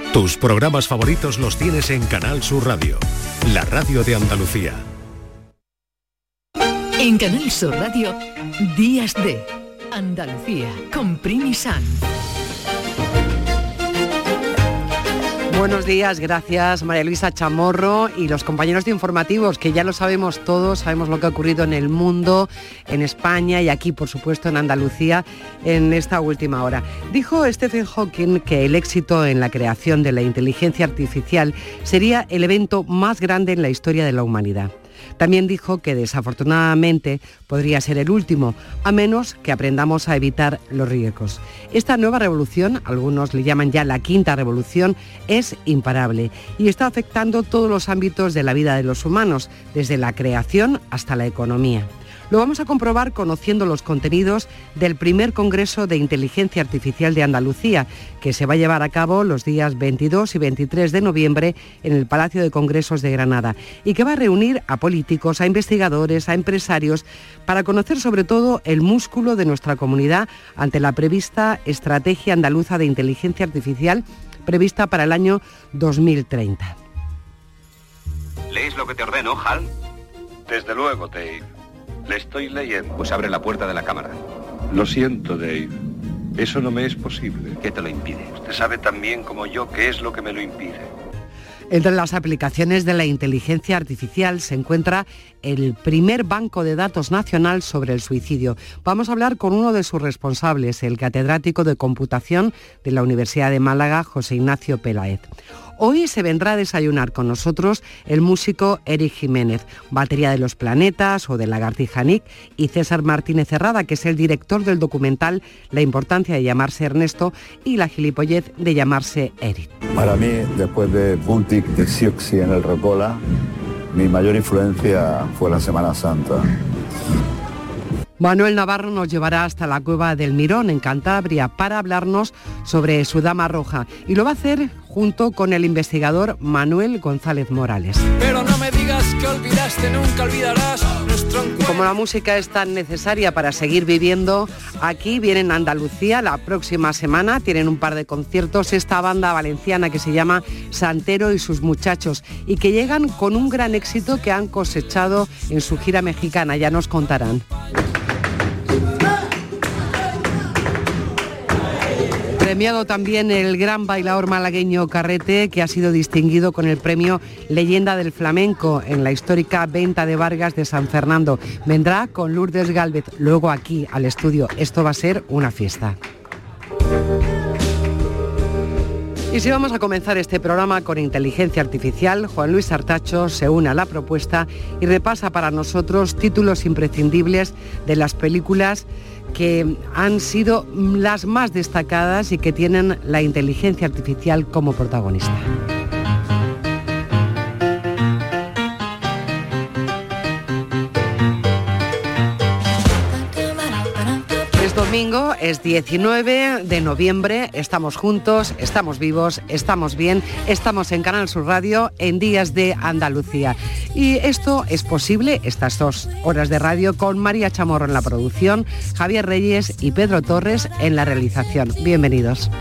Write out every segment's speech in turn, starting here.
Tus programas favoritos los tienes en Canal Sur Radio, la radio de Andalucía. En Canal Sur Radio, Días de Andalucía, con Primi Sanz. Buenos días, gracias María Luisa Chamorro y los compañeros de informativos, que ya lo sabemos todos, sabemos lo que ha ocurrido en el mundo, en España y aquí, por supuesto, en Andalucía, en esta última hora. Dijo Stephen Hawking que el éxito en la creación de la inteligencia artificial sería el evento más grande en la historia de la humanidad. También dijo que desafortunadamente podría ser el último, a menos que aprendamos a evitar los riesgos. Esta nueva revolución, algunos le llaman ya la quinta revolución, es imparable y está afectando todos los ámbitos de la vida de los humanos, desde la creación hasta la economía. Lo vamos a comprobar conociendo los contenidos del primer Congreso de Inteligencia Artificial de Andalucía, que se va a llevar a cabo los días 22 y 23 de noviembre en el Palacio de Congresos de Granada y que va a reunir a políticos, a investigadores, a empresarios, para conocer sobre todo el músculo de nuestra comunidad ante la prevista Estrategia Andaluza de Inteligencia Artificial prevista para el año 2030. ¿Lees lo que te ordeno, Hal? Desde luego, Dave. Le estoy leyendo. Pues abre la puerta de la cámara. Lo siento, Dave. Eso no me es posible. ¿Qué te lo impide? Usted sabe tan bien como yo qué es lo que me lo impide. Entre las aplicaciones de la inteligencia artificial se encuentra el primer banco de datos nacional sobre el suicidio. Vamos a hablar con uno de sus responsables, el catedrático de computación de la Universidad de Málaga, José Ignacio Peláez. Hoy se vendrá a desayunar con nosotros el músico Eric Jiménez, batería de Los Planetas o de Lagartija Nick, y César Martínez Cerrada, que es el director del documental La importancia de llamarse Ernesto y la gilipollez de llamarse Eric. Para mí, después de Buntic, de Siuxi en el Rocola, mi mayor influencia fue la Semana Santa. Manuel Navarro nos llevará hasta la Cueva del Mirón, en Cantabria, para hablarnos sobre su Dama Roja. Y lo va a hacer junto con el investigador Manuel González Morales. Pero no me digas que olvidaste, nunca olvidarás nuestro encuentro. Como la música es tan necesaria para seguir viviendo, aquí vienen a Andalucía la próxima semana. Tienen un par de conciertos, esta banda valenciana que se llama Santero y sus muchachos, y que llegan con un gran éxito que han cosechado en su gira mexicana. Ya nos contarán. Premiado también el gran bailador malagueño Carrete, que ha sido distinguido con el premio Leyenda del Flamenco en la histórica Venta de Vargas de San Fernando. Vendrá con Lourdes Gálvez luego aquí al estudio. Esto va a ser una fiesta. Y si vamos a comenzar este programa con inteligencia artificial, Juan Luis Artacho se une a la propuesta y repasa para nosotros títulos imprescindibles de las películas que han sido las más destacadas y que tienen la inteligencia artificial como protagonista. Domingo es 19 de noviembre, estamos juntos, estamos vivos, estamos bien, estamos en Canal Sur Radio en Días de Andalucía. Y esto es posible, estas 2 horas de radio, con María Chamorro en la producción, Javier Reyes y Pedro Torres en la realización. Bienvenidos.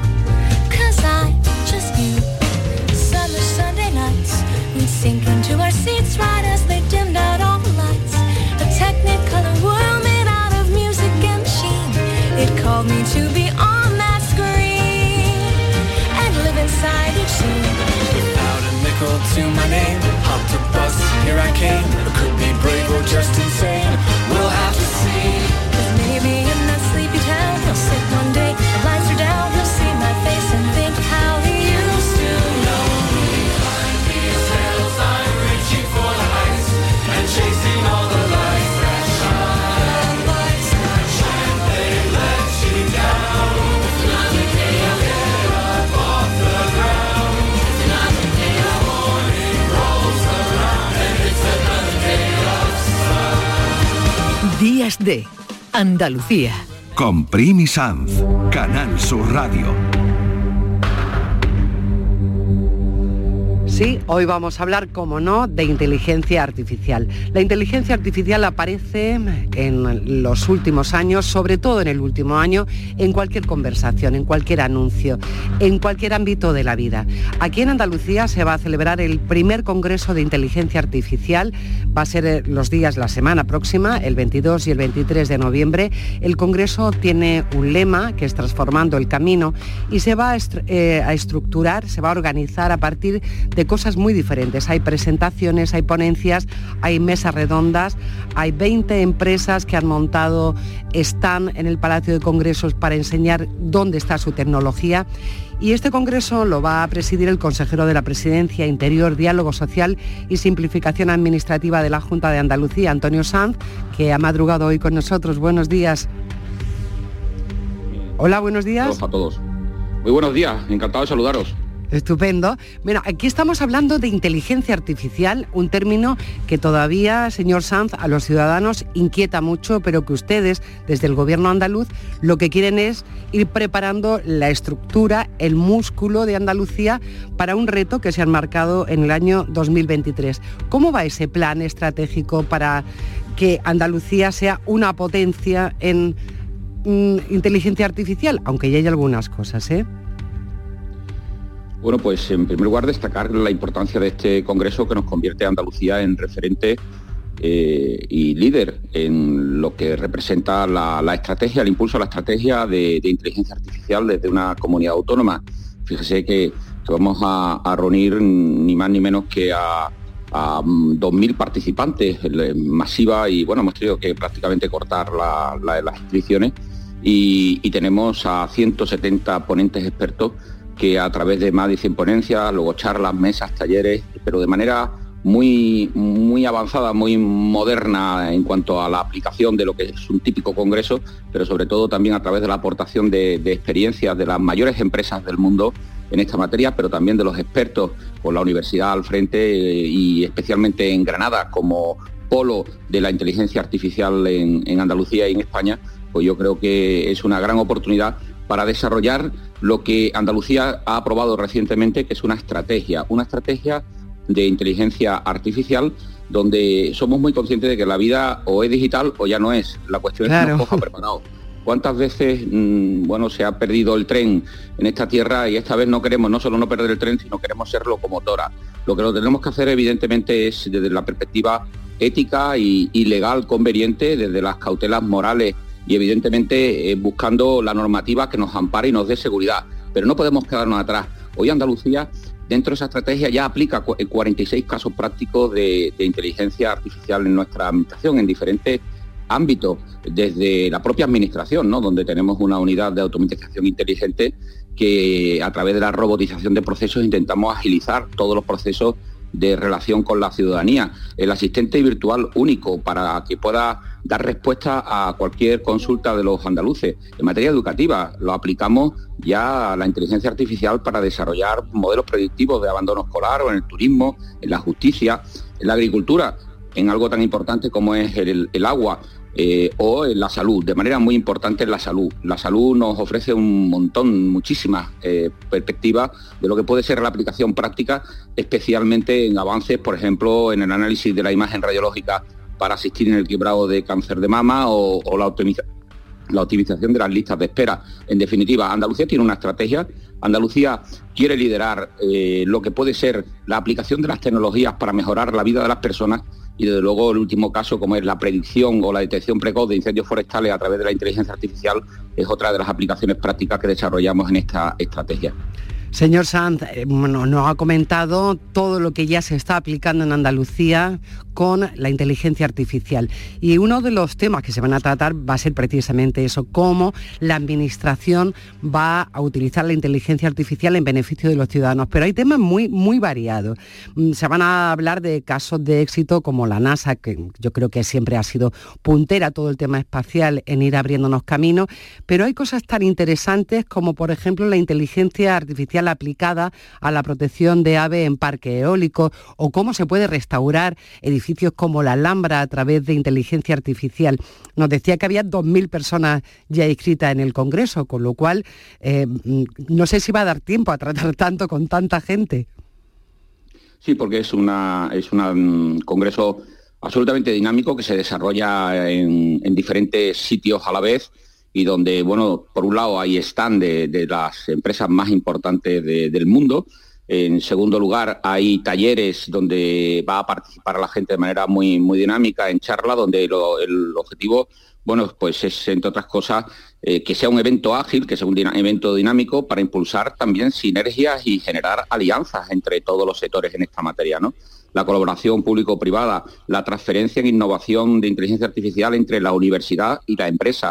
Called me to be on that screen and live inside each scene. Without a nickel to my name, hopped a bus, here I came. I could be brave or just insane, we'll have to see. 'Cause maybe in that sleepy town, he'll sit one day, the lights are down, he'll see my face and think how he used to know me. Behind these hills, I'm reaching for the heights and chasing all the lights that shine. Lights that shine, they let you down. It's another day I'll get up off the ground. It's another day the morning rolls around and it's another day of sun. Días de Andalucía. Con Primi Sanz, Canal Sur Radio. Sí, hoy vamos a hablar, como no, de inteligencia artificial. La inteligencia artificial aparece en los últimos años, sobre todo en el último año, en cualquier conversación, en cualquier anuncio, en cualquier ámbito de la vida. Aquí en Andalucía se va a celebrar el primer Congreso de Inteligencia Artificial. Va a ser la semana próxima, el 22 y el 23 de noviembre. El Congreso tiene un lema que es Transformando el Camino y se va a estructurar, se va a organizar a partir de cosas muy diferentes. Hay presentaciones, hay ponencias, hay mesas redondas, hay 20 empresas que han montado stand en el Palacio de Congresos para enseñar dónde está su tecnología. Y este congreso lo va a presidir el consejero de la Presidencia, Interior, Diálogo Social y Simplificación Administrativa de la Junta de Andalucía, Antonio Sanz, que ha madrugado hoy con nosotros. Buenos días. Hola, buenos días. Hola a todos. Muy buenos días, encantado de saludaros. Estupendo. Bueno, aquí estamos hablando de inteligencia artificial, un término que todavía, señor Sanz, a los ciudadanos inquieta mucho, pero que ustedes, desde el gobierno andaluz, lo que quieren es ir preparando la estructura, el músculo de Andalucía para un reto que se han marcado en el año 2023. ¿Cómo va ese plan estratégico para que Andalucía sea una potencia en inteligencia artificial? Aunque ya hay algunas cosas, ¿eh? Bueno, pues en primer lugar destacar la importancia de este congreso que nos convierte a Andalucía en referente y líder en lo que representa la estrategia, el impulso a la estrategia de inteligencia artificial desde una comunidad autónoma. Fíjese que vamos a reunir ni más ni menos que a 2.000 participantes, masiva, y bueno, hemos tenido que prácticamente cortar las inscripciones y tenemos a 170 ponentes expertos que a través de más de 100 ponencias, luego charlas, mesas, talleres, pero de manera muy, muy avanzada, muy moderna en cuanto a la aplicación de lo que es un típico congreso, pero sobre todo también a través de la aportación de experiencias de las mayores empresas del mundo en esta materia, pero también de los expertos con la universidad al frente y especialmente en Granada como polo de la inteligencia artificial en Andalucía y en España. Pues yo creo que es una gran oportunidad para desarrollar lo que Andalucía ha aprobado recientemente, que es una estrategia de inteligencia artificial, donde somos muy conscientes de que la vida o es digital o ya no es. La cuestión es que nos coja preparados. ¿Cuántas veces se ha perdido el tren en esta tierra y esta vez no queremos no solo no perder el tren, sino queremos ser locomotora? Lo que tenemos que hacer evidentemente es desde la perspectiva ética y legal conveniente, desde las cautelas morales y evidentemente buscando la normativa que nos ampare y nos dé seguridad. Pero no podemos quedarnos atrás. Hoy Andalucía, dentro de esa estrategia, ya aplica 46 casos prácticos de inteligencia artificial en nuestra administración, en diferentes ámbitos, desde la propia administración, ¿no?, donde tenemos una unidad de automatización inteligente que a través de la robotización de procesos intentamos agilizar todos los procesos de relación con la ciudadanía, el asistente virtual único para que pueda dar respuesta a cualquier consulta de los andaluces. En materia educativa lo aplicamos ya a la inteligencia artificial para desarrollar modelos predictivos de abandono escolar o en el turismo, en la justicia, en la agricultura, en algo tan importante como es el agua. O en la salud, de manera muy importante en la salud. La salud nos ofrece muchísimas perspectivas de lo que puede ser la aplicación práctica, especialmente en avances, por ejemplo, en el análisis de la imagen radiológica para asistir en el quebrado de cáncer de mama o la optimización de las listas de espera. En definitiva, Andalucía tiene una estrategia. Andalucía quiere liderar lo que puede ser la aplicación de las tecnologías para mejorar la vida de las personas. Y desde luego el último caso, como es la predicción o la detección precoz de incendios forestales a través de la inteligencia artificial, es otra de las aplicaciones prácticas que desarrollamos en esta estrategia. Señor Sanz, nos ha comentado todo lo que ya se está aplicando en Andalucía con la inteligencia artificial. Y uno de los temas que se van a tratar va a ser precisamente eso, cómo la Administración va a utilizar la inteligencia artificial en beneficio de los ciudadanos. Pero hay temas muy, muy variados. Se van a hablar de casos de éxito como la NASA, que yo creo que siempre ha sido puntera todo el tema espacial en ir abriéndonos caminos, pero hay cosas tan interesantes como, por ejemplo, la inteligencia artificial aplicada a la protección de aves en parques eólicos, o cómo se puede restaurar edificios como la Alhambra a través de inteligencia artificial. Nos decía que había 2.000 personas ya inscritas en el Congreso, con lo cual no sé si va a dar tiempo a tratar tanto con tanta gente. Sí, porque es un congreso absolutamente dinámico que se desarrolla en diferentes sitios a la vez y donde, bueno, por un lado hay stand de las empresas más importantes del mundo. En segundo lugar, hay talleres donde va a participar la gente de manera muy, muy dinámica, en charla, donde el objetivo, bueno, pues es, entre otras cosas, que sea un evento ágil, que sea un evento dinámico para impulsar también sinergias y generar alianzas entre todos los sectores en esta materia, ¿no? La colaboración público-privada, la transferencia en innovación de inteligencia artificial entre la universidad y la empresa,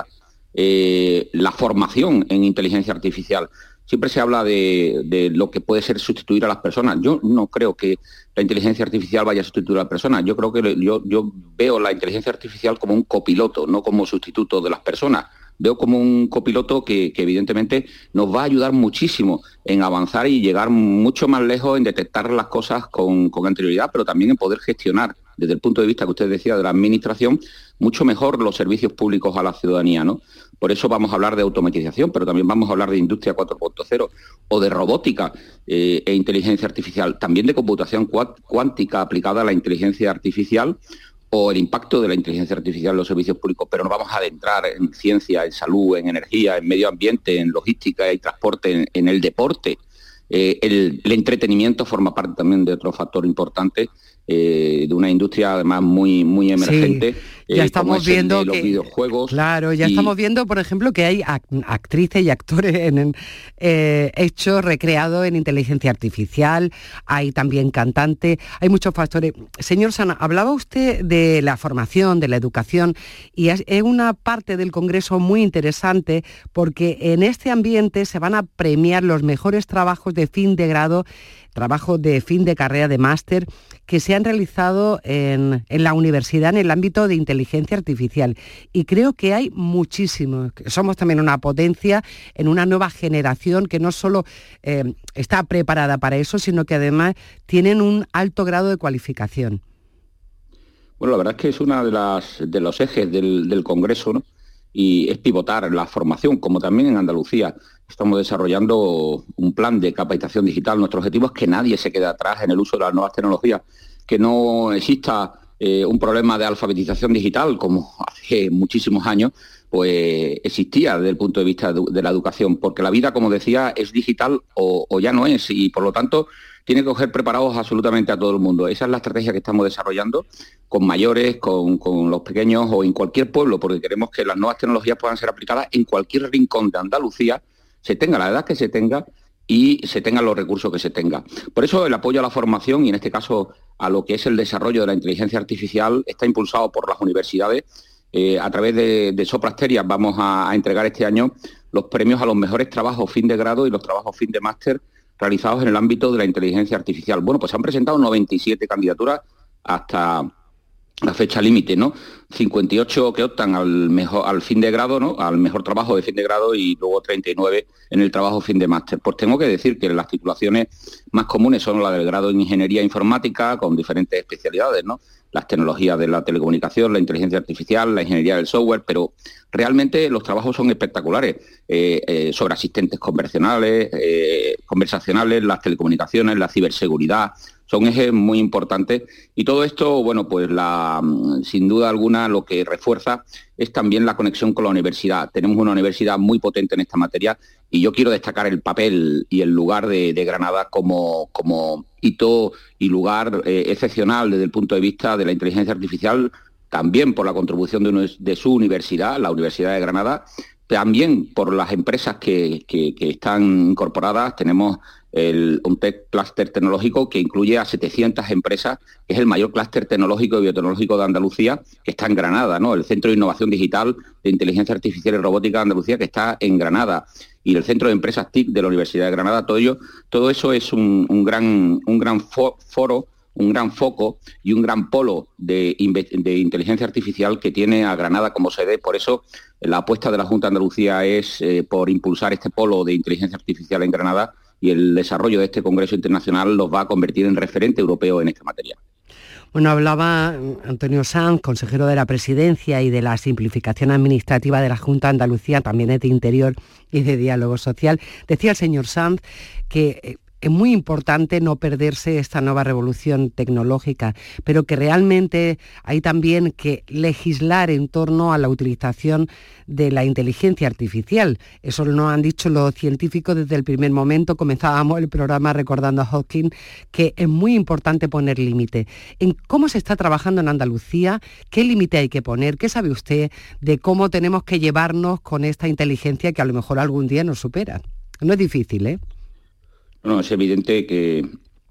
la formación en inteligencia artificial. Siempre se habla de lo que puede ser sustituir a las personas. Yo no creo que la inteligencia artificial vaya a sustituir a las personas. Yo creo que yo veo la inteligencia artificial como un copiloto, no como sustituto de las personas. Veo como un copiloto que evidentemente nos va a ayudar muchísimo en avanzar y llegar mucho más lejos en detectar las cosas con anterioridad, pero también en poder gestionar, desde el punto de vista que usted decía de la administración, mucho mejor los servicios públicos a la ciudadanía, ¿no? Por eso vamos a hablar de automatización, pero también vamos a hablar de industria 4.0 o de robótica e inteligencia artificial, también de computación cuántica aplicada a la inteligencia artificial o el impacto de la inteligencia artificial en los servicios públicos, pero nos vamos a adentrar en ciencia, en salud, en energía, en medio ambiente, en logística y transporte, en el deporte. El entretenimiento forma parte también de otro factor importante, de una industria además muy, muy emergente. Sí, ya estamos viendo los videojuegos. Claro, ya estamos viendo, por ejemplo, que hay actrices y actores hechos, recreados en inteligencia artificial, hay también cantantes, hay muchos factores. Señor Sanz, hablaba usted de la formación, de la educación, y es una parte del Congreso muy interesante porque en este ambiente se van a premiar los mejores trabajos de fin de grado, trabajo de fin de carrera, de máster, que se han realizado en la universidad en el ámbito de inteligencia artificial. Y creo que hay muchísimos. Somos también una potencia en una nueva generación que no solo está preparada para eso, sino que además tienen un alto grado de cualificación. Bueno, la verdad es que es una de los ejes del Congreso, ¿no? Y es pivotar la formación, como también en Andalucía. Estamos desarrollando un plan de capacitación digital. Nuestro objetivo es que nadie se quede atrás en el uso de las nuevas tecnologías, que no exista un problema de alfabetización digital, como hace muchísimos años, pues existía desde el punto de vista de la educación, porque la vida, como decía, es digital o ya no es, y por lo tanto tiene que coger preparados absolutamente a todo el mundo. Esa es la estrategia que estamos desarrollando con mayores, con los pequeños o en cualquier pueblo, porque queremos que las nuevas tecnologías puedan ser aplicadas en cualquier rincón de Andalucía, se tenga la edad que se tenga y se tengan los recursos que se tenga. Por eso el apoyo a la formación y en este caso a lo que es el desarrollo de la inteligencia artificial está impulsado por las universidades. A través de Soprasteria vamos a entregar este año los premios a los mejores trabajos fin de grado y los trabajos fin de máster realizados en el ámbito de la inteligencia artificial. Bueno, pues se han presentado 97 candidaturas hasta la fecha límite, ¿no? 58 que optan al fin de grado, ¿no? Al mejor trabajo de fin de grado y luego 39 en el trabajo fin de máster. Pues tengo que decir que las titulaciones más comunes son la del grado en Ingeniería Informática, con diferentes especialidades, ¿no? Las tecnologías de la telecomunicación, la inteligencia artificial, la ingeniería del software, pero realmente los trabajos son espectaculares, sobre asistentes conversacionales, las telecomunicaciones, la ciberseguridad, son ejes muy importantes y todo esto, bueno, pues sin duda alguna lo que refuerza es también la conexión con la universidad. Tenemos una universidad muy potente en esta materia y yo quiero destacar el papel y el lugar de Granada como hito y lugar excepcional desde el punto de vista de la inteligencia artificial, también por la contribución de su universidad, la Universidad de Granada, también por las empresas que están incorporadas. Tenemos un clúster tecnológico que incluye a 700 empresas, que es el mayor clúster tecnológico y biotecnológico de Andalucía, que está en Granada, ¿no? El Centro de Innovación Digital de Inteligencia Artificial y Robótica de Andalucía, que está en Granada, y el Centro de Empresas TIC de la Universidad de Granada. Todo eso es un gran foro, un gran foco y un gran polo de inteligencia artificial que tiene a Granada como sede. Por eso la apuesta de la Junta de Andalucía es por impulsar este polo de inteligencia artificial en Granada, y el desarrollo de este Congreso Internacional los va a convertir en referente europeo en esta materia. Bueno, hablaba Antonio Sanz, consejero de la Presidencia y de la Simplificación Administrativa de la Junta de Andalucía, también de Interior y de Diálogo Social. Decía el señor Sanz que es muy importante no perderse esta nueva revolución tecnológica, pero que realmente hay también que legislar en torno a la utilización de la inteligencia artificial. Eso nos han dicho los científicos desde el primer momento. Comenzábamos el programa recordando a Hawking que es muy importante poner límite. ¿En cómo se está trabajando en Andalucía? ¿Qué límite hay que poner? ¿Qué sabe usted de cómo tenemos que llevarnos con esta inteligencia que a lo mejor algún día nos supera? No es difícil, ¿eh? No, es evidente que,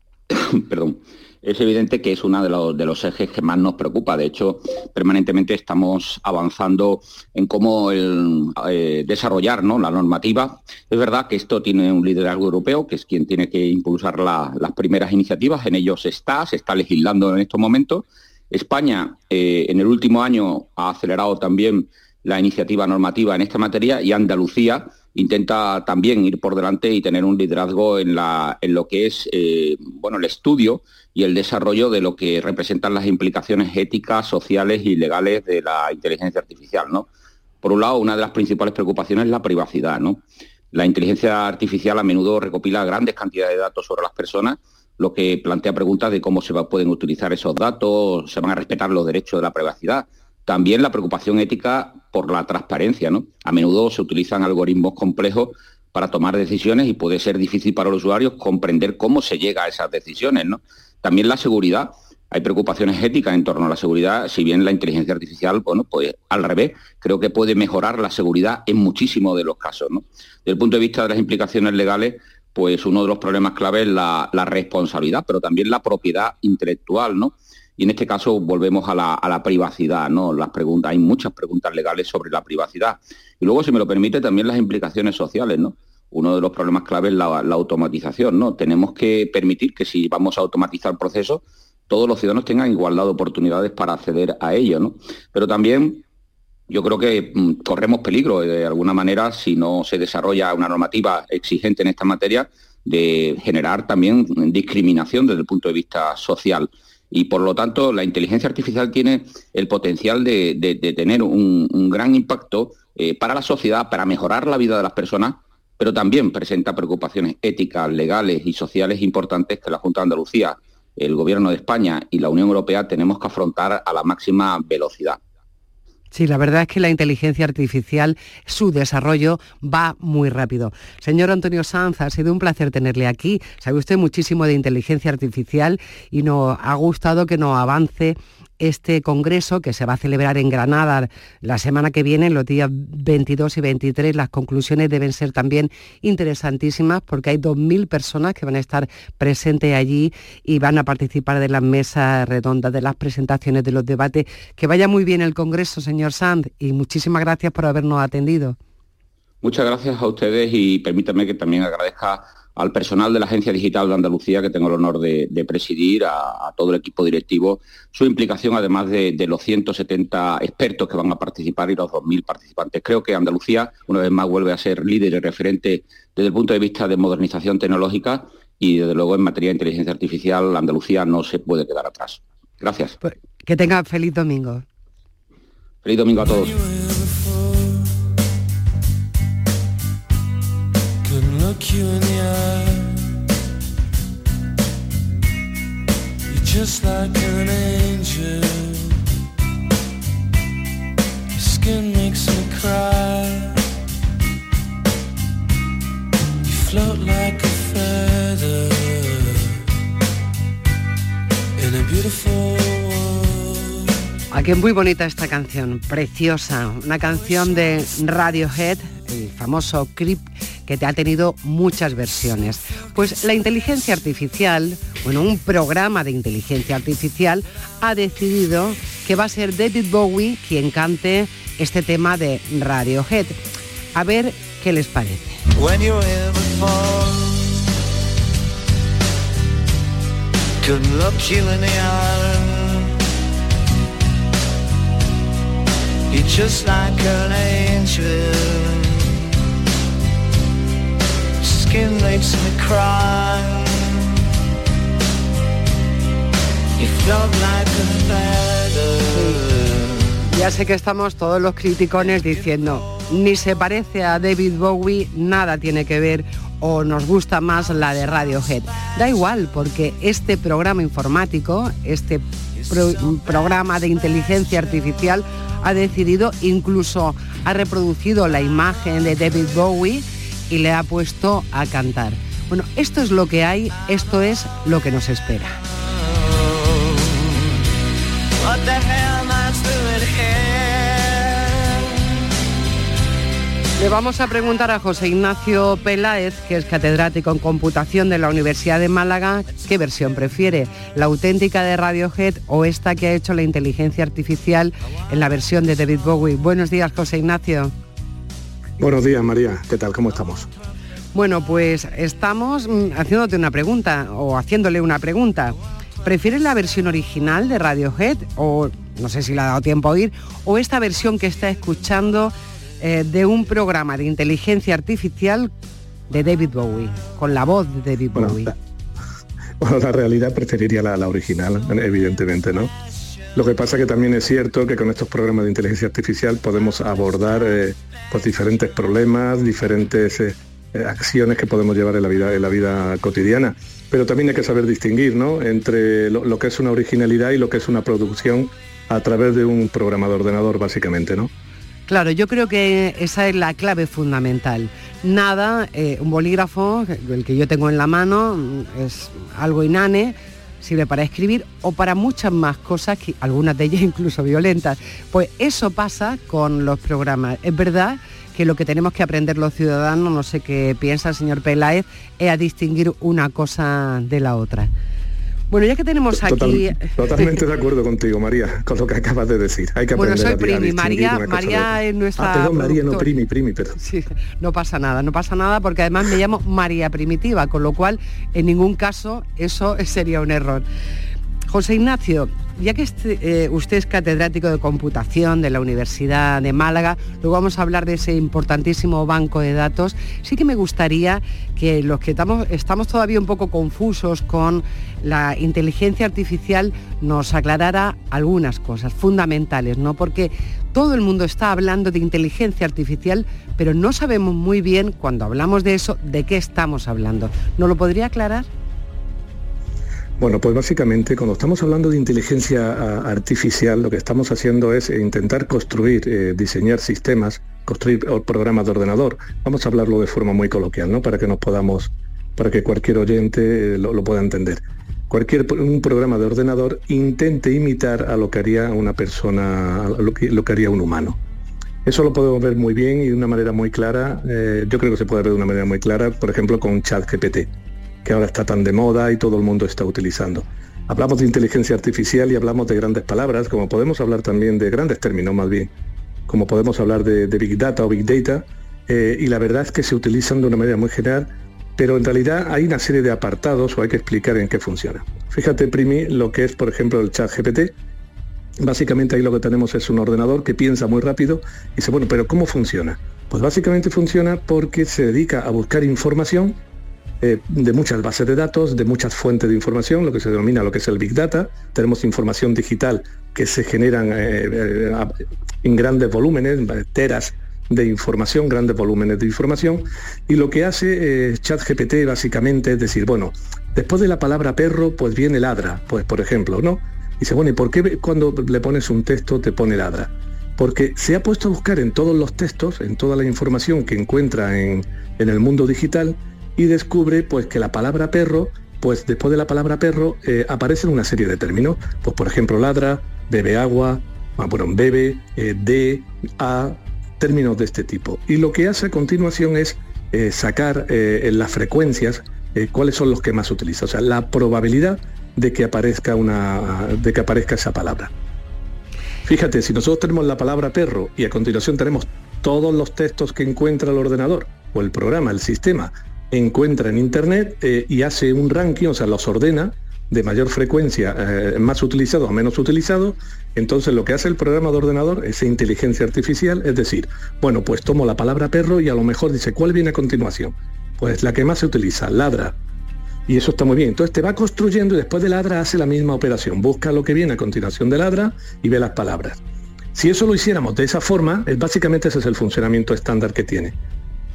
perdón, es evidente que es uno de los ejes que más nos preocupa. De hecho, permanentemente estamos avanzando en cómo desarrollar, ¿no?, la normativa. Es verdad que esto tiene un liderazgo europeo, que es quien tiene que impulsar las primeras iniciativas. En ello se está legislando en estos momentos. España, en el último año, ha acelerado también la iniciativa normativa en esta materia, y Andalucía intenta también ir por delante y tener un liderazgo en lo que es el estudio y el desarrollo de lo que representan las implicaciones éticas, sociales y legales de la inteligencia artificial, ¿no? Por un lado, una de las principales preocupaciones es la privacidad, ¿no? La inteligencia artificial a menudo recopila grandes cantidades de datos sobre las personas, lo que plantea preguntas de cómo pueden utilizar esos datos, se van a respetar los derechos de la privacidad. También la preocupación ética por la transparencia, ¿no? A menudo se utilizan algoritmos complejos para tomar decisiones y puede ser difícil para los usuarios comprender cómo se llega a esas decisiones, ¿no? También la seguridad. Hay preocupaciones éticas en torno a la seguridad, si bien la inteligencia artificial, pues al revés, creo que puede mejorar la seguridad en muchísimos de los casos, ¿no? Desde el punto de vista de las implicaciones legales, pues uno de los problemas clave es la responsabilidad, pero también la propiedad intelectual, ¿no? Y en este caso volvemos a la privacidad, ¿no? Hay muchas preguntas legales sobre la privacidad. Y luego, si me lo permite, también las implicaciones sociales, ¿no? Uno de los problemas clave es la automatización, ¿no? Tenemos que permitir que si vamos a automatizar procesos, todos los ciudadanos tengan igualdad de oportunidades para acceder a ello, ¿no? Pero también yo creo que corremos peligro, de alguna manera, si no se desarrolla una normativa exigente en esta materia, de generar también discriminación desde el punto de vista social. Y por lo tanto, la inteligencia artificial tiene el potencial de tener un gran impacto para la sociedad, para mejorar la vida de las personas, pero también presenta preocupaciones éticas, legales y sociales importantes que la Junta de Andalucía, el Gobierno de España y la Unión Europea tenemos que afrontar a la máxima velocidad. Sí, la verdad es que la inteligencia artificial, su desarrollo va muy rápido. Señor Antonio Sanz, ha sido un placer tenerle aquí. Sabe usted muchísimo de inteligencia artificial y nos ha gustado que nos avance este congreso que se va a celebrar en Granada la semana que viene, los días 22 y 23. Las conclusiones deben ser también interesantísimas porque hay 2.000 personas que van a estar presentes allí y van a participar de las mesas redondas, de las presentaciones, de los debates. Que vaya muy bien el congreso, señor Sanz, y muchísimas gracias por habernos atendido. Muchas gracias a ustedes y permítanme que también agradezca al personal de la Agencia Digital de Andalucía, que tengo el honor de presidir, a todo el equipo directivo, su implicación, además de los 170 expertos que van a participar y los 2.000 participantes. Creo que Andalucía, una vez más, vuelve a ser líder y referente desde el punto de vista de modernización tecnológica y, desde luego, en materia de inteligencia artificial, Andalucía no se puede quedar atrás. Gracias. Pues, que tenga feliz domingo. Feliz domingo a todos. Look you in the eye. You're just like an angel. Your skin makes me cry. You float like a feather in a beautiful world. Aquí es muy bonita esta canción, preciosa. Una canción de Radiohead, el famoso Creep, que te ha tenido muchas versiones. Pues la inteligencia artificial, un programa de inteligencia artificial ha decidido que va a ser David Bowie quien cante este tema de Radiohead. A ver qué les parece. When you're here before, couldn't look you in the eye. You're just like an angel. Skin makes me cry. You float like a feather. Ya sé que estamos todos los criticones diciendo ni se parece a David Bowie, nada tiene que ver o nos gusta más la de Radiohead. Da igual, porque este programa informático, este programa de inteligencia artificial ha decidido, incluso ha reproducido la imagen de David Bowie y le ha puesto a cantar. Bueno, esto es lo que hay, esto es lo que nos espera. Le vamos a preguntar a José Ignacio Peláez, que es catedrático en computación de la Universidad de Málaga, qué versión prefiere, la auténtica de Radiohead o esta que ha hecho la inteligencia artificial en la versión de David Bowie. Buenos días, José Ignacio. Buenos días, María. ¿Qué tal? ¿Cómo estamos? Bueno, pues estamos haciéndote una pregunta, o haciéndole una pregunta. ¿Prefieres la versión original de Radiohead, o no sé si le ha dado tiempo a oír, o esta versión que está escuchando de un programa de inteligencia artificial de David Bowie, con la voz de David Bowie? Bueno, la realidad preferiría la original, evidentemente, ¿no? Lo que pasa que también es cierto que con estos programas de inteligencia artificial podemos abordar pues diferentes problemas, diferentes acciones que podemos llevar en la vida cotidiana. Pero también hay que saber distinguir, ¿no?, entre lo que es una originalidad y lo que es una producción a través de un programa de ordenador, básicamente, ¿no? Claro, yo creo que esa es la clave fundamental. Nada, un bolígrafo, el que yo tengo en la mano, es algo inane, sirve para escribir o para muchas más cosas, que algunas de ellas incluso violentas. Pues eso pasa con los programas. Es verdad que lo que tenemos que aprender los ciudadanos, no sé qué piensa el señor Peláez, es a distinguir una cosa de la otra. Bueno, ya que tenemos aquí... Totalmente de acuerdo contigo, María, con lo que acabas de decir. Hay que aprender soy Primi, María es nuestra... perdón, María, no Primi, pero... Sí, no pasa nada, porque además me llamo María Primitiva, con lo cual en ningún caso eso sería un error. José Ignacio, ya que usted es catedrático de computación de la Universidad de Málaga, luego vamos a hablar de ese importantísimo banco de datos, sí que me gustaría que los que estamos todavía un poco confusos con la inteligencia artificial nos aclarara algunas cosas fundamentales, ¿no? Porque todo el mundo está hablando de inteligencia artificial, pero no sabemos muy bien, cuando hablamos de eso, de qué estamos hablando. ¿Nos lo podría aclarar? Bueno, pues básicamente cuando estamos hablando de inteligencia artificial, lo que estamos haciendo es intentar construir, diseñar sistemas, construir programas de ordenador. Vamos a hablarlo de forma muy coloquial, ¿no?, para que cualquier oyente lo pueda entender. Un programa de ordenador intente imitar a lo que haría una persona, a lo que haría un humano. Eso lo podemos ver muy bien y de una manera muy clara. Yo creo que se puede ver de una manera muy clara, por ejemplo, con ChatGPT, que ahora está tan de moda y todo el mundo está utilizando. Hablamos de inteligencia artificial y hablamos de grandes palabras, como podemos hablar también de grandes términos más bien, como podemos hablar de Big Data o Big Data, y la verdad es que se utilizan de una manera muy general, pero en realidad hay una serie de apartados o hay que explicar en qué funciona. Fíjate, Primi, lo que es, por ejemplo, el ChatGPT. Básicamente ahí lo que tenemos es un ordenador que piensa muy rápido y dice, bueno, pero ¿cómo funciona? Pues básicamente funciona porque se dedica a buscar información de muchas bases de datos, de muchas fuentes de información, lo que se denomina lo que es el Big Data. Tenemos información digital que se generan en grandes volúmenes, teras de información, grandes volúmenes de información, y lo que hace ChatGPT básicamente es decir, bueno, después de la palabra perro, pues viene ladra, pues por ejemplo, ¿no? Y dice, bueno, ¿y por qué cuando le pones un texto te pone ladra? Porque se ha puesto a buscar en todos los textos, en toda la información que encuentra en el mundo digital, y descubre pues que la palabra perro, pues después de la palabra perro aparecen una serie de términos, pues por ejemplo ladra, bebe agua, bebe, de, a, términos de este tipo. Y lo que hace a continuación es sacar en las frecuencias cuáles son los que más utiliza, o sea, la probabilidad de que aparezca esa palabra. Fíjate, si nosotros tenemos la palabra perro y a continuación tenemos todos los textos que encuentra el ordenador o el programa, el sistema, encuentra en internet y hace un ranking, o sea, los ordena de mayor frecuencia, más utilizado o menos utilizado. Entonces lo que hace el programa de ordenador, esa inteligencia artificial, es decir, bueno, pues tomo la palabra perro y a lo mejor dice, ¿cuál viene a continuación? Pues la que más se utiliza, ladra. Y eso está muy bien. Entonces te va construyendo y después de ladra hace la misma operación. Busca lo que viene a continuación de ladra y ve las palabras. Si eso lo hiciéramos de esa forma, básicamente ese es el funcionamiento estándar que tiene.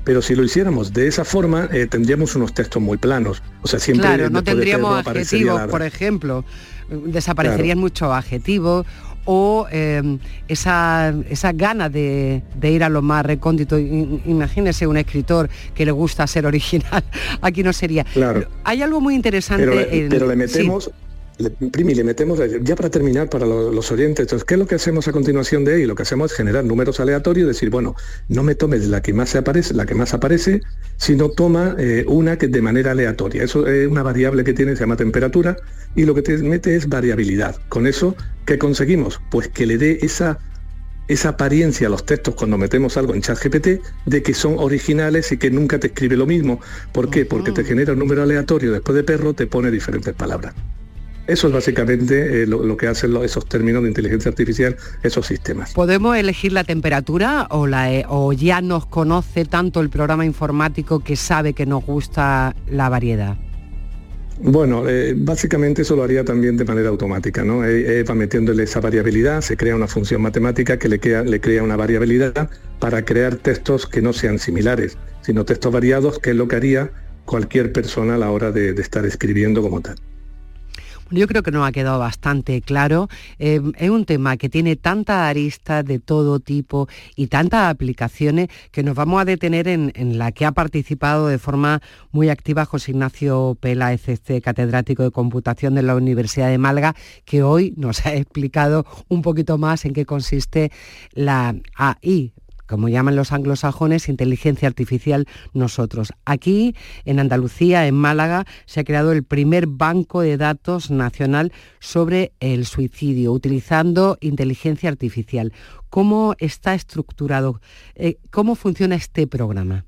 Pero si lo hiciéramos de esa forma, tendríamos unos textos muy planos. O sea, siempre... Claro, no tendríamos adjetivos, por ejemplo. Desaparecerían muchos adjetivos o esa gana de ir a lo más recóndito. Imagínese un escritor que le gusta ser original. Aquí no sería. Claro. Hay algo muy interesante. Pero le metemos... Sí. Le metemos, ya para terminar, para los oyentes, entonces, ¿qué es lo que hacemos a continuación de ahí? Lo que hacemos es generar números aleatorios y decir, bueno, no me tomes la que más aparece, sino toma una que de manera aleatoria. Eso es una variable que tiene, se llama temperatura, y lo que te mete es variabilidad. Con eso, ¿qué conseguimos? Pues que le dé esa apariencia a los textos cuando metemos algo en ChatGPT de que son originales y que nunca te escribe lo mismo. ¿Por qué? Porque te genera un número aleatorio, después de perro te pone diferentes palabras. Eso es básicamente lo que hacen esos términos de inteligencia artificial, esos sistemas. ¿Podemos elegir la temperatura o ya nos conoce tanto el programa informático que sabe que nos gusta la variedad? Bueno, básicamente eso lo haría también de manera automática, ¿no? Va metiéndole esa variabilidad, se crea una función matemática que le crea una variabilidad para crear textos que no sean similares, sino textos variados, que es lo que haría cualquier persona a la hora de estar escribiendo como tal. Yo creo que nos ha quedado bastante claro. Es un tema que tiene tantas aristas de todo tipo y tantas aplicaciones que nos vamos a detener en la que ha participado de forma muy activa José Ignacio Peláez, catedrático de computación de la Universidad de Málaga, que hoy nos ha explicado un poquito más en qué consiste la AI, como llaman los anglosajones, inteligencia artificial nosotros. Aquí, en Andalucía, en Málaga, se ha creado el primer banco de datos nacional sobre el suicidio, utilizando inteligencia artificial. ¿Cómo está estructurado? ¿Cómo funciona este programa?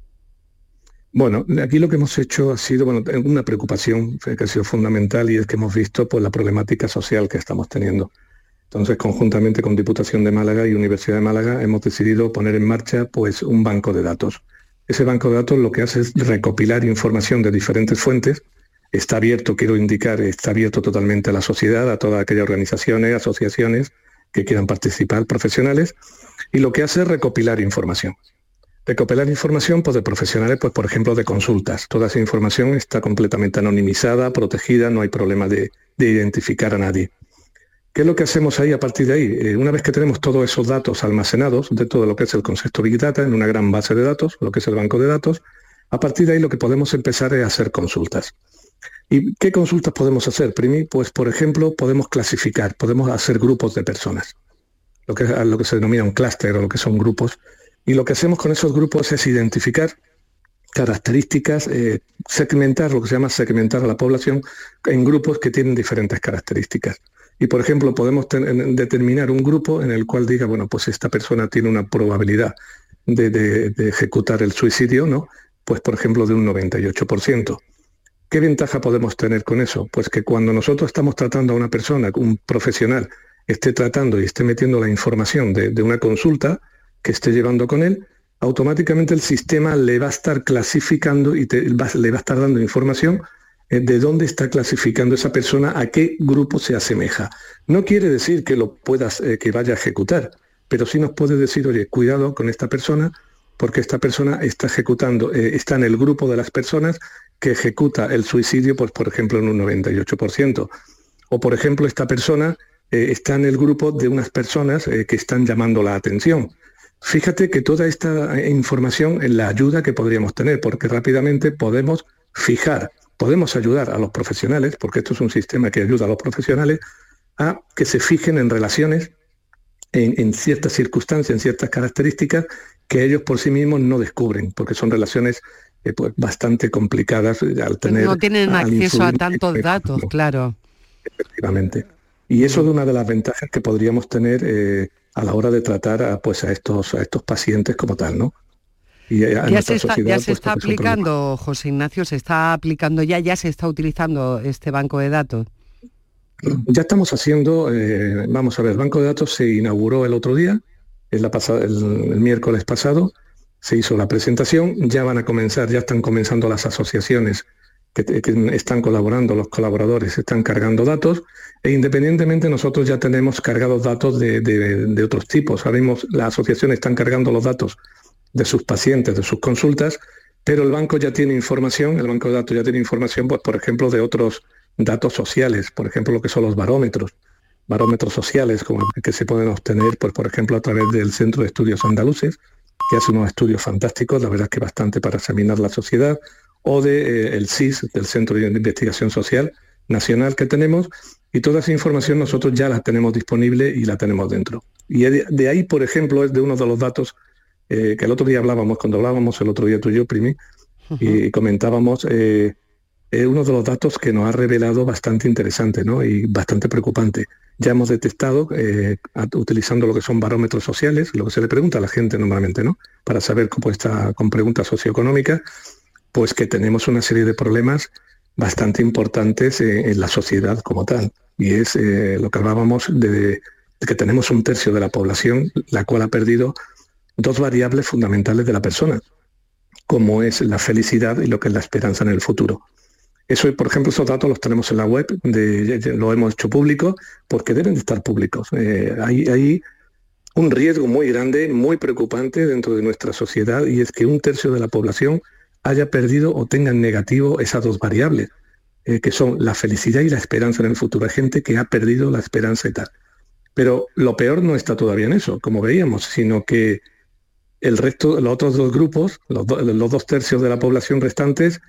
Bueno, aquí lo que hemos hecho ha sido una preocupación que ha sido fundamental, y es que hemos visto la problemática social que estamos teniendo. Entonces, conjuntamente con Diputación de Málaga y Universidad de Málaga, hemos decidido poner en marcha un banco de datos. Ese banco de datos lo que hace es recopilar información de diferentes fuentes. Está abierto, quiero indicar, está abierto totalmente a la sociedad, a todas aquellas organizaciones, asociaciones que quieran participar, profesionales, y lo que hace es recopilar información. Recopilar información de profesionales, por ejemplo, de consultas. Toda esa información está completamente anonimizada, protegida, no hay problema de identificar a nadie. ¿Qué es lo que hacemos ahí a partir de ahí? Una vez que tenemos todos esos datos almacenados de todo lo que es el concepto Big Data en una gran base de datos, lo que es el banco de datos, a partir de ahí lo que podemos empezar es hacer consultas. ¿Y qué consultas podemos hacer? Pues, por ejemplo, podemos clasificar, podemos hacer grupos de personas, lo que se denomina un clúster o lo que son grupos, y lo que hacemos con esos grupos es identificar características, segmentar, lo que se llama segmentar a la población en grupos que tienen diferentes características. Y, por ejemplo, podemos determinar un grupo en el cual diga, bueno, pues esta persona tiene una probabilidad de ejecutar el suicidio, ¿no? Pues, por ejemplo, de un 98%. ¿Qué ventaja podemos tener con eso? Pues que cuando nosotros estamos tratando a una persona, un profesional, esté tratando y esté metiendo la información de una consulta que esté llevando con él, automáticamente el sistema le va a estar clasificando y le va a estar dando información de dónde está clasificando esa persona, a qué grupo se asemeja. No quiere decir que lo puedas, que vaya a ejecutar, pero sí nos puede decir, oye, cuidado con esta persona, porque esta persona está ejecutando, está en el grupo de las personas que ejecuta el suicidio, pues por ejemplo en un 98%. O por ejemplo, esta persona está en el grupo de unas personas que están llamando la atención. Fíjate que toda esta información es la ayuda que podríamos tener, porque rápidamente podemos ayudar a los profesionales, porque esto es un sistema que ayuda a los profesionales a que se fijen en relaciones, en ciertas circunstancias, en ciertas características que ellos por sí mismos no descubren, porque son relaciones pues bastante complicadas al tener... No tienen acceso a tantos datos, claro. Efectivamente. Y eso es una de las ventajas que podríamos tener a la hora de tratar a estos pacientes como tal, ¿no? Y ya se está aplicando, José Ignacio, se está aplicando ya se está utilizando este banco de datos. Ya estamos haciendo, vamos a ver, el banco de datos se inauguró el otro día, el miércoles pasado, se hizo la presentación, ya están comenzando las asociaciones que están colaborando, los colaboradores están cargando datos, e independientemente nosotros ya tenemos cargados datos de otros tipos. Sabemos, las asociaciones están cargando los datos de sus pacientes, de sus consultas, pero el banco ya tiene información, el banco de datos ya tiene información, pues, por ejemplo, de otros datos sociales, por ejemplo, lo que son los barómetros sociales, como que se pueden obtener, pues, por ejemplo, a través del Centro de Estudios Andaluces, que hace unos estudios fantásticos, la verdad es que bastante para examinar la sociedad, o de el CIS, del Centro de Investigación Social Nacional que tenemos, y toda esa información nosotros ya la tenemos disponible y la tenemos dentro. Y de ahí, por ejemplo, es de uno de los datos que el otro día cuando hablábamos el otro día tú y yo, Primi, y comentábamos, uno de los datos que nos ha revelado bastante interesante, ¿no? Y bastante preocupante. Ya hemos detectado, utilizando lo que son barómetros sociales, lo que se le pregunta a la gente normalmente, ¿no? Para saber cómo está con preguntas socioeconómicas, pues que tenemos una serie de problemas bastante importantes en la sociedad como tal. Y es lo que hablábamos de que tenemos 1/3 de la población, la cual ha perdido 2 variables fundamentales de la persona, como es la felicidad y lo que es la esperanza en el futuro. Eso, por ejemplo, esos datos los tenemos en la web, lo hemos hecho público, porque deben de estar públicos. Hay un riesgo muy grande, muy preocupante dentro de nuestra sociedad, y es que 1/3 de la población haya perdido o tenga en negativo esas 2 variables, que son la felicidad y la esperanza en el futuro. Hay gente que ha perdido la esperanza y tal. Pero lo peor no está todavía en eso, como veíamos, sino que el resto, los otros 2 grupos, los 2/3 de la población restantes,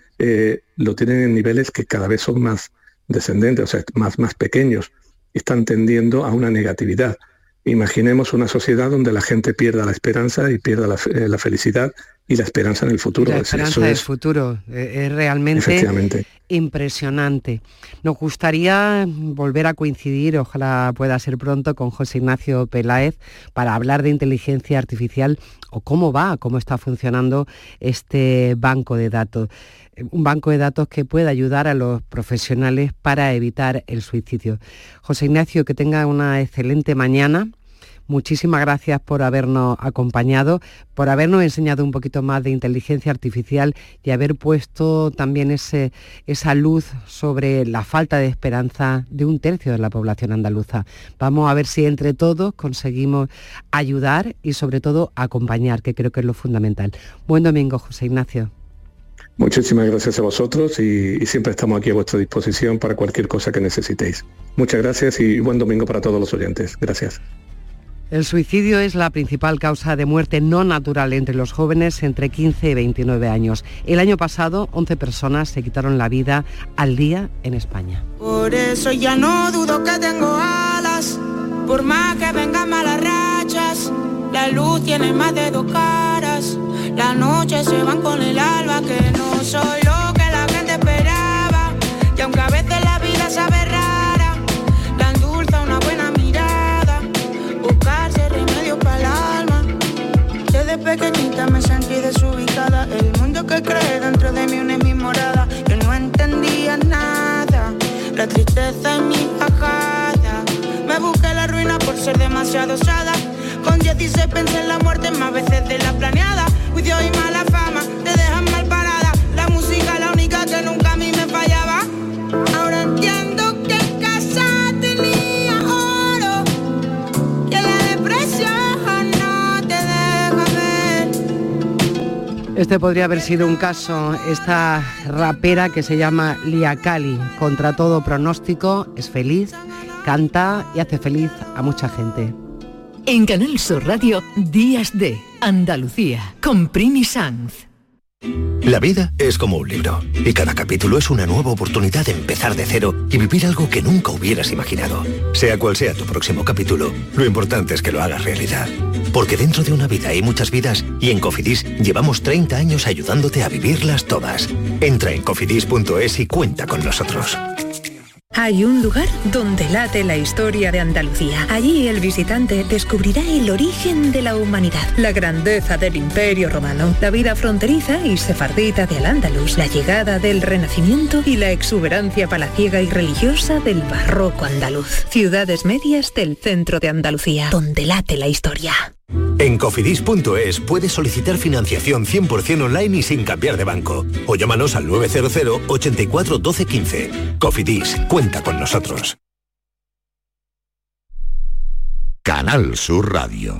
lo tienen en niveles que cada vez son más descendentes, o sea, más pequeños. Están tendiendo a una negatividad. Imaginemos una sociedad donde la gente pierda la esperanza y pierda la felicidad y la esperanza en el futuro. La esperanza del futuro es realmente impresionante. Nos gustaría volver a coincidir, ojalá pueda ser pronto, con José Ignacio Peláez para hablar de inteligencia artificial o cómo está funcionando este banco de datos. Un banco de datos que pueda ayudar a los profesionales para evitar el suicidio. José Ignacio, que tenga una excelente mañana. Muchísimas gracias por habernos acompañado, por habernos enseñado un poquito más de inteligencia artificial y haber puesto también esa luz sobre la falta de esperanza de 1/3 de la población andaluza. Vamos a ver si entre todos conseguimos ayudar y sobre todo acompañar, que creo que es lo fundamental. Buen domingo, José Ignacio. Muchísimas gracias a vosotros y siempre estamos aquí a vuestra disposición para cualquier cosa que necesitéis. Muchas gracias y buen domingo para todos los oyentes. Gracias. El suicidio es la principal causa de muerte no natural entre los jóvenes entre 15 y 29 años. El año pasado, 11 personas se quitaron la vida al día en España. Por eso ya no dudo que tengo alas, por más que vengan malas rachas. La luz tiene más de 2 caras, las noches se van con el alba, que no soy lo que la gente esperaba. Y aunque a veces la vida sabe rara, la endulza una buena mirada, buscarse remedio para el alma. Desde pequeñita me sentí desubicada, el mundo que cree dentro de mí una es mi morada. Yo no entendía nada, la tristeza en mi bajada. Me busqué la ruina por ser demasiado osada. Con 16 pensé en la muerte más veces de la planeada. Juicio y mala fama te dejan mal parada. La música la única que nunca a mí me fallaba. Ahora entiendo que casa tenía oro, que la depresión no te deja ver. Este podría haber sido un caso. Esta rapera que se llama Lia Cali, contra todo pronóstico, es feliz, canta y hace feliz a mucha gente. En Canal Sur Radio, Días de Andalucía, con Primi Sanz. La vida es como un libro, y cada capítulo es una nueva oportunidad de empezar de cero y vivir algo que nunca hubieras imaginado. Sea cual sea tu próximo capítulo, lo importante es que lo hagas realidad. Porque dentro de una vida hay muchas vidas, y en Cofidis llevamos 30 años ayudándote a vivirlas todas. Entra en cofidis.es y cuenta con nosotros. Hay un lugar donde late la historia de Andalucía. Allí el visitante descubrirá el origen de la humanidad, la grandeza del Imperio Romano, la vida fronteriza y sefardita de Al-Ándalus, la llegada del Renacimiento y la exuberancia palaciega y religiosa del barroco andaluz. Ciudades medias del centro de Andalucía, donde late la historia. En cofidis.es puedes solicitar financiación 100% online y sin cambiar de banco. O llámanos al 900 84 12 15. Cofidis, cuenta con nosotros. Canal Sur Radio.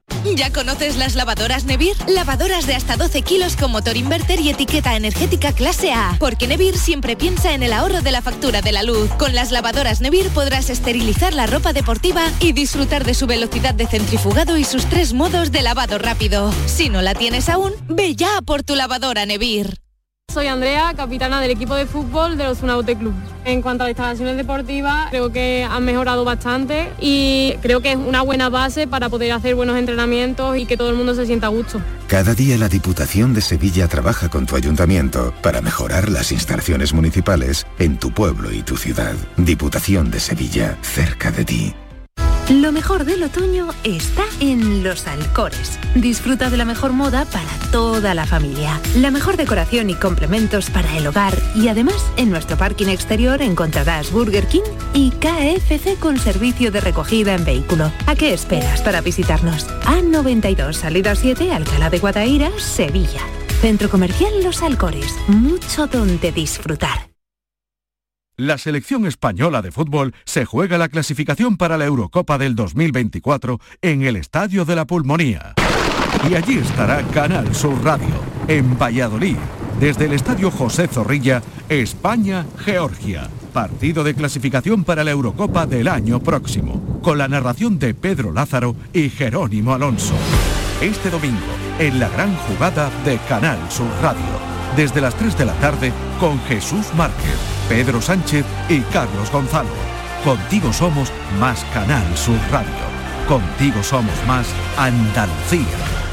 ¿Ya conoces las lavadoras Nevir? Lavadoras de hasta 12 kilos con motor inverter y etiqueta energética clase A. Porque Nevir siempre piensa en el ahorro de la factura de la luz. Con las lavadoras Nevir podrás esterilizar la ropa deportiva y disfrutar de su velocidad de centrifugado y sus 3 modos de lavado rápido. Si no la tienes aún, ve ya por tu lavadora Nevir. Soy Andrea, capitana del equipo de fútbol de Osuna Bote Club. En cuanto a las instalaciones deportivas, creo que han mejorado bastante y creo que es una buena base para poder hacer buenos entrenamientos y que todo el mundo se sienta a gusto. Cada día la Diputación de Sevilla trabaja con tu ayuntamiento para mejorar las instalaciones municipales en tu pueblo y tu ciudad. Diputación de Sevilla, cerca de ti. Lo mejor del otoño está en Los Alcores. Disfruta de la mejor moda para toda la familia, la mejor decoración y complementos para el hogar, y además en nuestro parking exterior encontrarás Burger King y KFC con servicio de recogida en vehículo. ¿A qué esperas para visitarnos? A92, salida 7, Alcalá de Guadaira, Sevilla. Centro Comercial Los Alcores, mucho donde disfrutar. La selección española de fútbol se juega la clasificación para la Eurocopa del 2024 en el Estadio de la Pulmonía. Y allí estará Canal Sur Radio, en Valladolid, desde el Estadio José Zorrilla, España-Georgia. Partido de clasificación para la Eurocopa del año próximo, con la narración de Pedro Lázaro y Jerónimo Alonso. Este domingo, en la gran jugada de Canal Sur Radio. Desde las 3 de la tarde con Jesús Márquez, Pedro Sánchez y Carlos Gonzalo. Contigo somos más Canal Sur Radio. Contigo somos más Andalucía.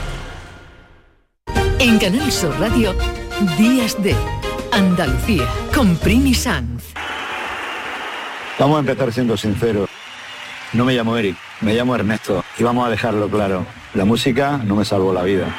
En Canal Sur Radio, Días de Andalucía, con Primi Sanz. Vamos a empezar siendo sinceros. No me llamo Eric, me llamo Ernesto. Y vamos a dejarlo claro. La música no me salvó la vida.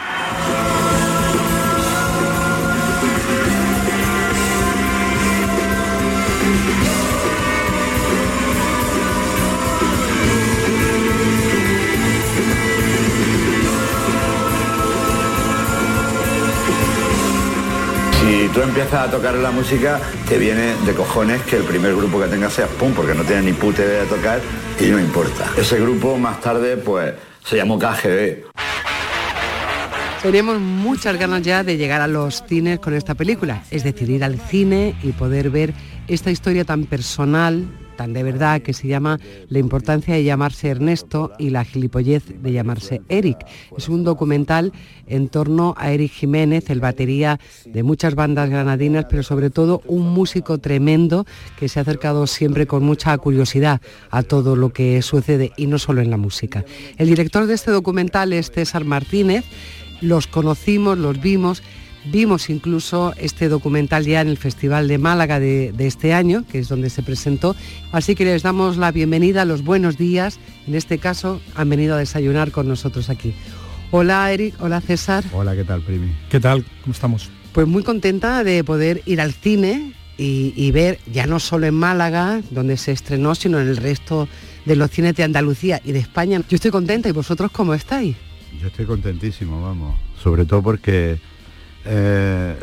Si tú empiezas a tocar la música, te viene de cojones que el primer grupo que tengas sea Pum, porque no tienes ni puta idea de tocar y no importa. Ese grupo más tarde, pues, se llamó KGB. Tenemos muchas ganas ya de llegar a los cines con esta película, es decir, ir al cine y poder ver esta historia tan personal, tan de verdad, que se llama La importancia de llamarse Ernesto y la gilipollez de llamarse Eric. Es un documental en torno a Eric Jiménez, el batería de muchas bandas granadinas, pero sobre todo un músico tremendo que se ha acercado siempre con mucha curiosidad a todo lo que sucede, y no solo en la música. El director de este documental es César Martínez. Los conocimos, los vimos incluso este documental ya en el Festival de Málaga de este año, que es donde se presentó. Así que les damos la bienvenida, los buenos días. En este caso, han venido a desayunar con nosotros aquí. Hola Eric, hola César. Hola, ¿qué tal, Primi? ¿Qué tal? ¿Cómo estamos? Pues muy contenta de poder ir al cine y ver, ya no solo en Málaga, donde se estrenó, sino en el resto de los cines de Andalucía y de España. Yo estoy contenta, ¿y vosotros cómo estáis? Yo estoy contentísimo, vamos. Sobre todo porque es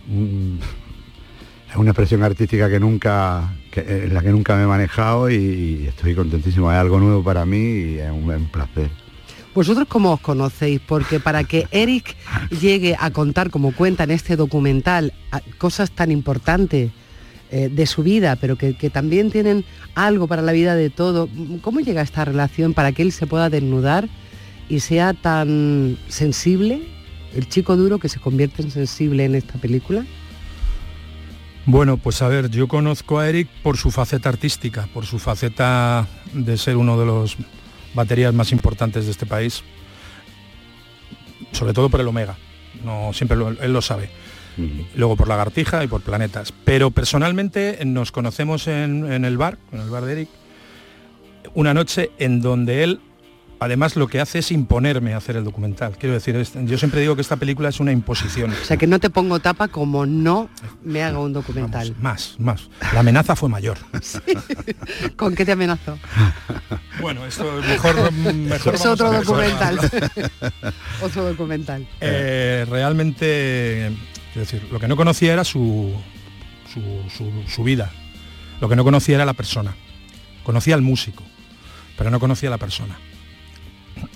una expresión artística en la que nunca me he manejado, y estoy contentísimo. Es algo nuevo para mí y es un placer. ¿Vosotros cómo os conocéis? Porque para que Eric llegue a contar, como cuenta en este documental, cosas tan importantes de su vida, pero que también tienen algo para la vida de todo, ¿cómo llega esta relación para que él se pueda desnudar y sea tan sensible, el chico duro que se convierte en sensible en esta película? Bueno, pues a ver, yo conozco a Eric por su faceta artística, por su faceta de ser uno de los baterías más importantes de este país, sobre todo por el Omega, no siempre él lo sabe. Luego por Lagartija y por Planetas. Pero personalmente nos conocemos en el bar de Eric, una noche en donde él, además, lo que hace es imponerme a hacer el documental. Quiero decir, yo siempre digo que esta película es una imposición. O sea, que no te pongo tapa como no me haga un documental. Vamos, más. La amenaza fue mayor. Sí. ¿Con qué te amenazó? Bueno, esto mejor es otro documental. Otro documental. Realmente, quiero decir, lo que no conocía era su vida. Lo que no conocía era la persona. Conocía al músico, pero no conocía a la persona.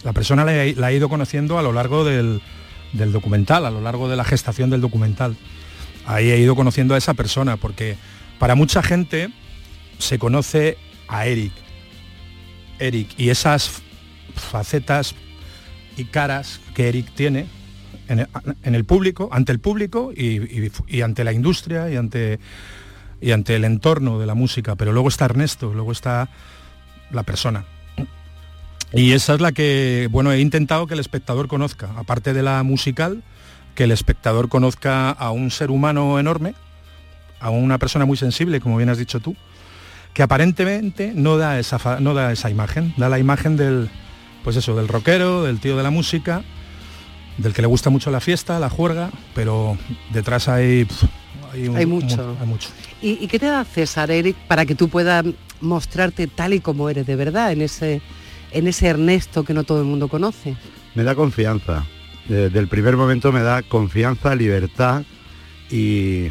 La persona la he ido conociendo a lo largo del documental, a lo largo de la gestación del documental. Ahí he ido conociendo a esa persona, porque para mucha gente se conoce a Eric y esas facetas y caras que Eric tiene en el público, ante el público y ante la industria y ante el entorno de la música. Pero luego está Ernesto, luego está la persona. Y esa es la que, bueno, he intentado que el espectador conozca, aparte de la musical, que el espectador conozca a un ser humano enorme, a una persona muy sensible, como bien has dicho tú, que aparentemente no da esa imagen, da la imagen del rockero, del tío de la música, del que le gusta mucho la fiesta, la juerga, pero detrás hay mucho. ¿Y qué te da César, Eric, para que tú puedas mostrarte tal y como eres de verdad, en ese Ernesto que no todo el mundo conoce? Me da confianza. Desde el primer momento me da confianza, libertad y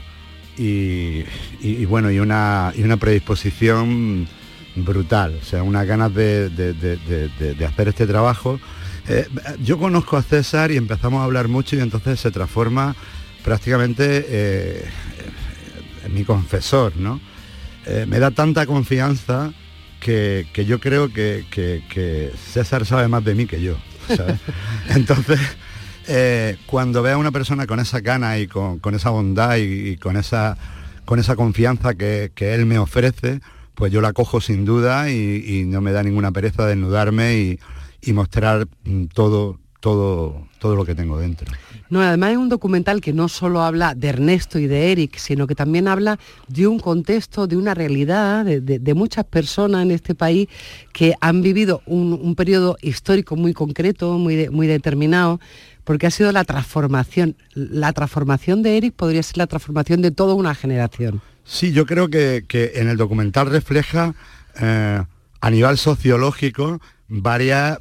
una predisposición brutal, o sea, unas ganas de hacer este trabajo. Yo conozco a César y empezamos a hablar mucho y entonces se transforma prácticamente en mi confesor, ¿no? Me da tanta confianza que yo creo que César sabe más de mí que yo, ¿sabes? Entonces, cuando veo a una persona con esa gana y con esa bondad y con esa confianza que él me ofrece, pues yo la cojo sin duda y no me da ninguna pereza desnudarme y mostrar todo lo que tengo dentro. No, además es un documental que no solo habla de Ernesto y de Eric, sino que también habla de un contexto, de una realidad, de muchas personas en este país que han vivido un periodo histórico muy concreto, muy determinado, porque ha sido la transformación. La transformación de Eric podría ser la transformación de toda una generación. Sí, yo creo que en el documental refleja a nivel sociológico varias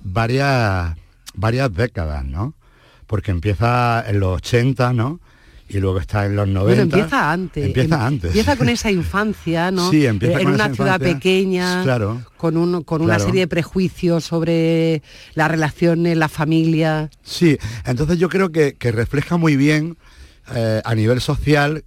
décadas, ¿no? Porque empieza en los 80, ¿no? Y luego está en los 90. Bueno, empieza antes. Empieza con esa infancia, ¿no? Sí, empieza en con una esa ciudad infancia, pequeña, claro, con una serie de prejuicios sobre las relaciones, la familia. Sí, entonces yo creo que refleja muy bien a nivel social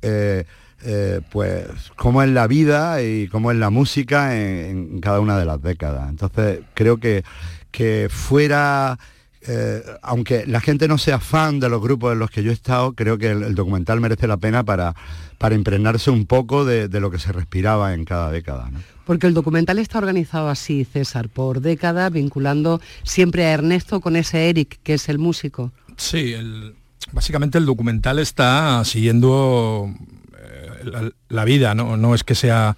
pues cómo es la vida y cómo es la música en cada una de las décadas. Entonces creo que fuera... aunque la gente no sea fan de los grupos en los que yo he estado, creo que el documental merece la pena para impregnarse un poco de lo que se respiraba en cada década, ¿no? Porque el documental está organizado así, César, por décadas, vinculando siempre a Ernesto con ese Eric, que es el músico. Sí, básicamente el documental está siguiendo la vida, ¿no? Es que sea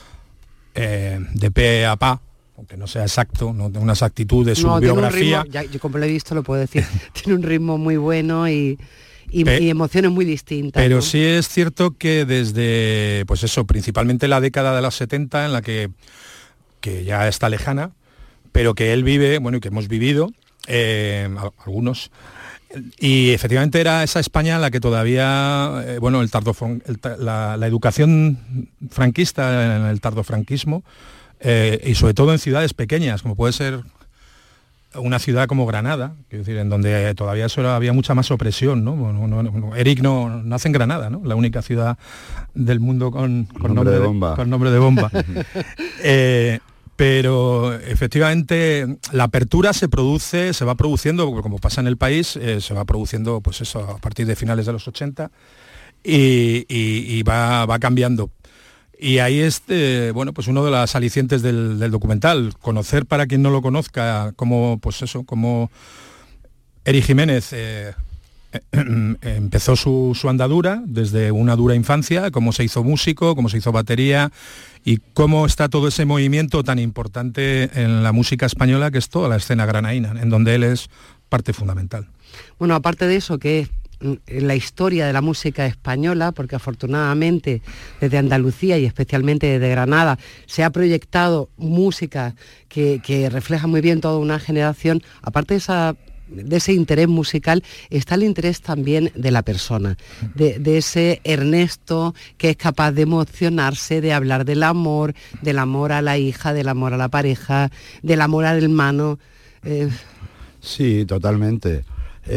de pe a pa, aunque no sea exacto, no de una exactitud de su biografía. Ritmo, yo como lo he visto lo puedo decir, tiene un ritmo muy bueno y emociones muy distintas. Pero ¿no? Sí es cierto que desde, pues eso, principalmente la década de los 70, en la que ya está lejana, pero que él vive, bueno, y que hemos vivido, algunos, y efectivamente era esa España en la que todavía, la educación franquista, en el tardofranquismo, y sobre todo en ciudades pequeñas, como puede ser una ciudad como Granada, quiero decir, en donde todavía había mucha más opresión, ¿no? Eric no nace en Granada, ¿no? La única ciudad del mundo con nombre de bomba. Con nombre de bomba. Pero efectivamente la apertura se va produciendo, como pasa en el país, se va produciendo, pues eso, a partir de finales de los 80 y va cambiando. Y ahí es, pues uno de los alicientes del documental, conocer, para quien no lo conozca, cómo Eric Jiménez empezó su andadura desde una dura infancia, cómo se hizo músico, cómo se hizo batería y cómo está todo ese movimiento tan importante en la música española, que es toda la escena granaína, en donde él es parte fundamental. Bueno, aparte de eso, que es la historia de la música española, porque afortunadamente desde Andalucía y especialmente desde Granada se ha proyectado música que refleja muy bien toda una generación. Aparte de ese interés musical está el interés también de la persona, de ese Ernesto que es capaz de emocionarse, de hablar del amor a la hija, del amor a la pareja, del amor al hermano. Sí, totalmente.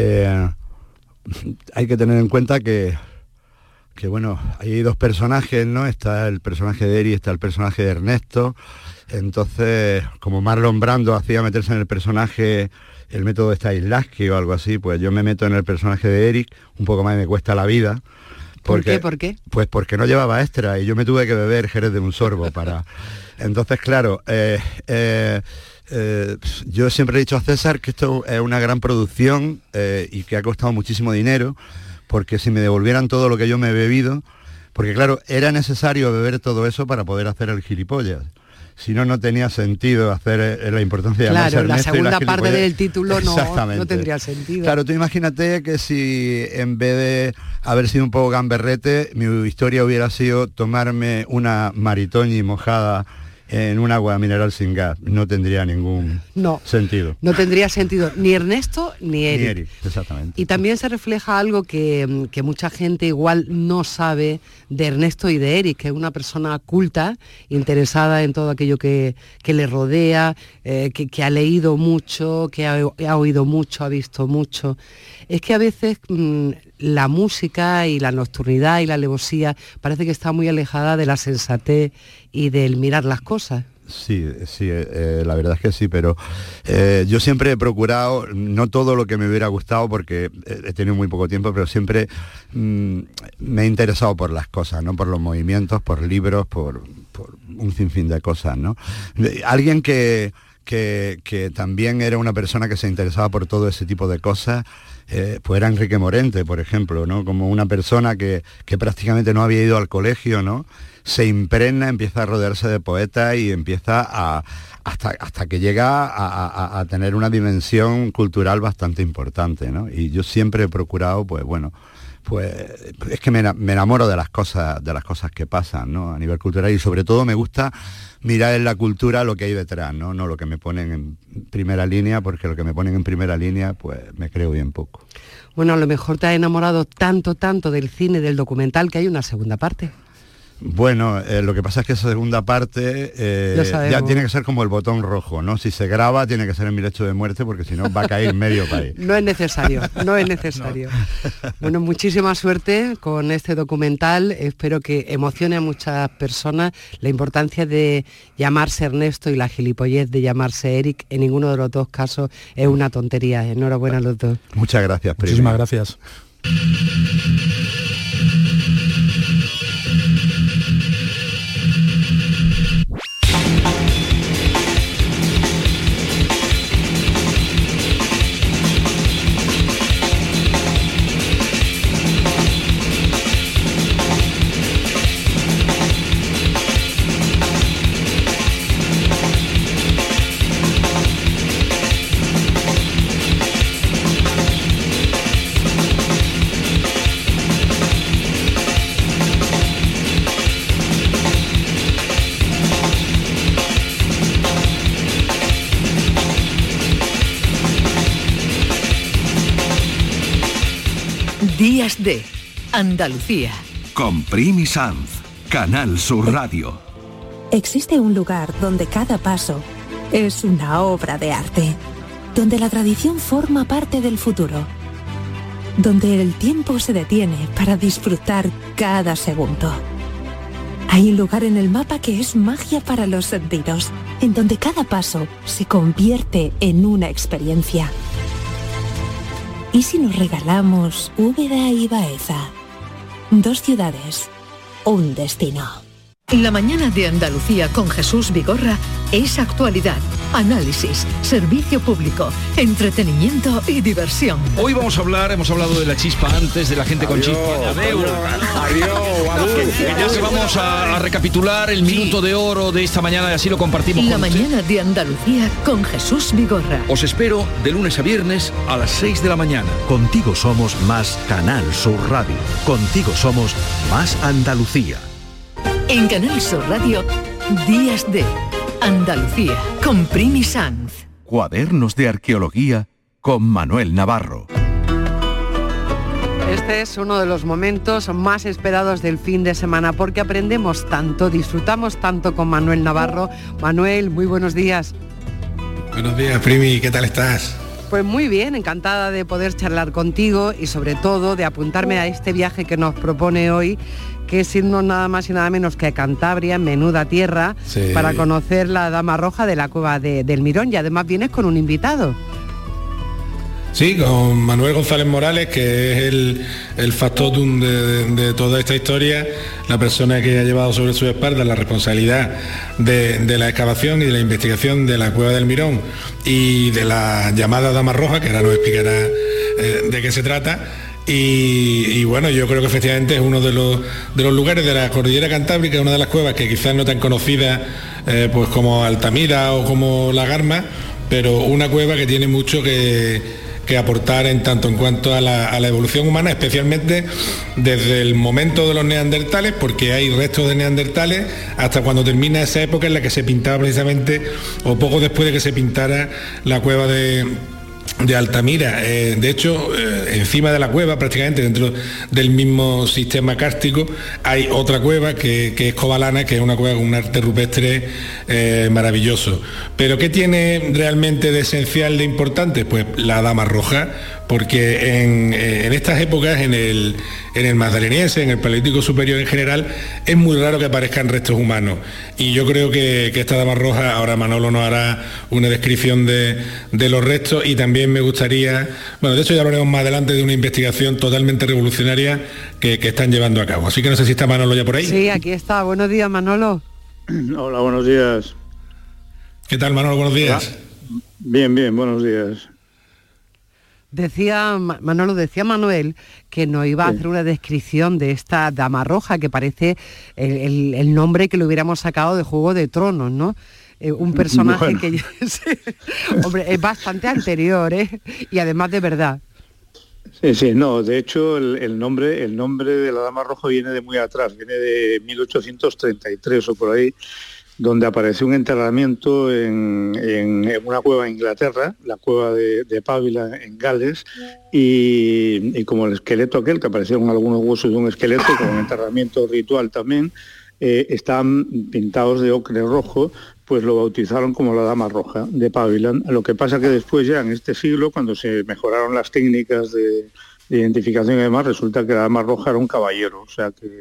Hay que tener en cuenta que bueno, hay dos personajes, ¿no? Está el personaje de Eric, está el personaje de Ernesto. Entonces, como Marlon Brando hacía meterse en el personaje, el método de Stanislavski o algo así, pues yo me meto en el personaje de Eric, un poco más me cuesta la vida. Porque, ¿Por qué? Pues porque no llevaba extra y yo me tuve que beber Jerez de un sorbo para... Entonces, claro, yo siempre he dicho a César que esto es una gran producción y que ha costado muchísimo dinero, porque si me devolvieran todo lo que yo me he bebido, porque claro, era necesario beber todo eso para poder hacer el gilipollas. Si no, no tenía sentido hacer la importancia de llamarse Ernesto. Claro, la segunda y parte del título no tendría sentido. Claro, tú imagínate que si en vez de haber sido un poco gamberrete, mi historia hubiera sido tomarme una maritoñi mojada en un agua mineral sin gas. No tendría ningún sentido. No tendría sentido ni Ernesto ni Eric. Ni Eric, exactamente. Y también se refleja algo que mucha gente igual no sabe de Ernesto y de Eric, que es una persona culta, interesada en todo aquello que le rodea, que ha leído mucho, que ha oído mucho, ha visto mucho. Es que a veces la música y la nocturnidad y la alevosía parece que está muy alejada de la sensatez y del mirar las cosas. Sí, la verdad es que sí, pero yo siempre he procurado, no todo lo que me hubiera gustado porque he tenido muy poco tiempo, pero siempre me he interesado por las cosas, ¿no? Por los movimientos, por libros, por un sinfín de cosas, ¿no? Alguien que también era una persona que se interesaba por todo ese tipo de cosas, pues era Enrique Morente, por ejemplo, ¿no? Como una persona que prácticamente no había ido al colegio, ¿no? Se impregna, empieza a rodearse de poetas y empieza hasta que llega a tener una dimensión cultural bastante importante, ¿no? Y yo siempre he procurado, pues bueno, pues es que me enamoro de las cosas que pasan, ¿no? A nivel cultural, y sobre todo me gusta mirar en la cultura lo que hay detrás, ¿no? No lo que me ponen en primera línea, porque lo que me ponen en primera línea, pues me creo bien poco. Bueno, a lo mejor te ha enamorado tanto del cine, del documental, que hay una segunda parte. Bueno, lo que pasa es que esa segunda parte ya tiene que ser como el botón rojo, ¿no? Si se graba tiene que ser en mi lecho de muerte, porque si no va a caer medio país. No es necesario. No. Bueno, muchísima suerte con este documental. Espero que emocione a muchas personas. La importancia de llamarse Ernesto y la gilipollez de llamarse Eric, en ninguno de los dos casos es una tontería. Enhorabuena a los dos. Muchas gracias, Primi. Muchísimas gracias. Días de Andalucía. Con Primi Sanz, Canal Sur Radio. Existe un lugar donde cada paso es una obra de arte, donde la tradición forma parte del futuro, donde el tiempo se detiene para disfrutar cada segundo. Hay un lugar en el mapa que es magia para los sentidos, en donde cada paso se convierte en una experiencia. ¿Y si nos regalamos Úbeda y Baeza? Dos ciudades, un destino. La mañana de Andalucía con Jesús Vigorra es actualidad, análisis, servicio público, entretenimiento y diversión. Hoy hemos hablado de la chispa antes, de la gente con chispa. Ya se vamos a recapitular el minuto de oro de esta mañana y así lo compartimos La con mañana de Andalucía con Jesús Vigorra. Os espero de lunes a viernes a las 6 de la mañana. Contigo somos más Canal Sur Radio. Contigo somos más Andalucía. En Canal Sur Radio, Días de Andalucía con Primi Sanz. Cuadernos de arqueología con Manuel Navarro. Este es uno de los momentos más esperados del fin de semana porque aprendemos tanto, disfrutamos tanto con Manuel Navarro. Manuel, muy buenos días. Buenos días, Primi, ¿qué tal estás? Pues muy bien, encantada de poder charlar contigo y sobre todo de apuntarme a este viaje que nos propone hoy, que es irnos nada más y nada menos que a Cantabria, menuda tierra, Sí. para conocer la Dama Roja de la Cueva del Mirón, y además vienes con un invitado. Sí, con Manuel González Morales, que es el factotum de toda esta historia, la persona que ha llevado sobre su espalda la responsabilidad de la excavación y de la investigación de la Cueva del Mirón y de la llamada Dama Roja, que ahora nos explicará de qué se trata. Y bueno, yo creo que efectivamente es uno de los lugares de la cordillera cantábrica, una de las cuevas que quizás no tan conocidas pues como Altamira o como La Garma, pero una cueva que tiene mucho que aportar en tanto en cuanto a la evolución humana, especialmente desde el momento de los neandertales, porque hay restos de neandertales, hasta cuando termina esa época en la que se pintaba precisamente, o poco después de que se pintara la cueva de Altamira. De hecho, encima de la cueva, prácticamente dentro del mismo sistema kárstico, hay otra cueva que es Cobalana, que es una cueva con un arte rupestre maravilloso. Pero ¿qué tiene realmente de esencial, de importante? Pues la Dama Roja, porque en estas épocas, en el magdaleniense, en el Paleolítico Superior en general, es muy raro que aparezcan restos humanos. Y yo creo que esta Dama Roja, ahora Manolo nos hará una descripción de los restos, y también me gustaría, bueno, de hecho ya hablaremos más adelante de una investigación totalmente revolucionaria que están llevando a cabo. Así que no sé si está Manolo ya por ahí. Sí, aquí está. Buenos días, Manolo. Hola, buenos días. ¿Qué tal, Manolo? Buenos días. Bien, buenos días. Decía Manuel que nos iba a hacer una descripción de esta Dama Roja, que parece el nombre que le hubiéramos sacado de Juego de Tronos, ¿no? Un personaje que hombre, es bastante anterior, y además de verdad. Sí, no, de hecho el nombre de la Dama Roja viene de muy atrás, viene de 1833 o por ahí, donde apareció un enterramiento en una cueva en Inglaterra, la cueva de Pávila en Gales, y como el esqueleto aquel, que aparecieron algunos huesos de un esqueleto, con un enterramiento ritual también, están pintados de ocre rojo, pues lo bautizaron como la Dama Roja de Pávila. Lo que pasa que después, ya en este siglo, cuando se mejoraron las técnicas de identificación y demás, resulta que la Dama Roja era un caballero, o sea que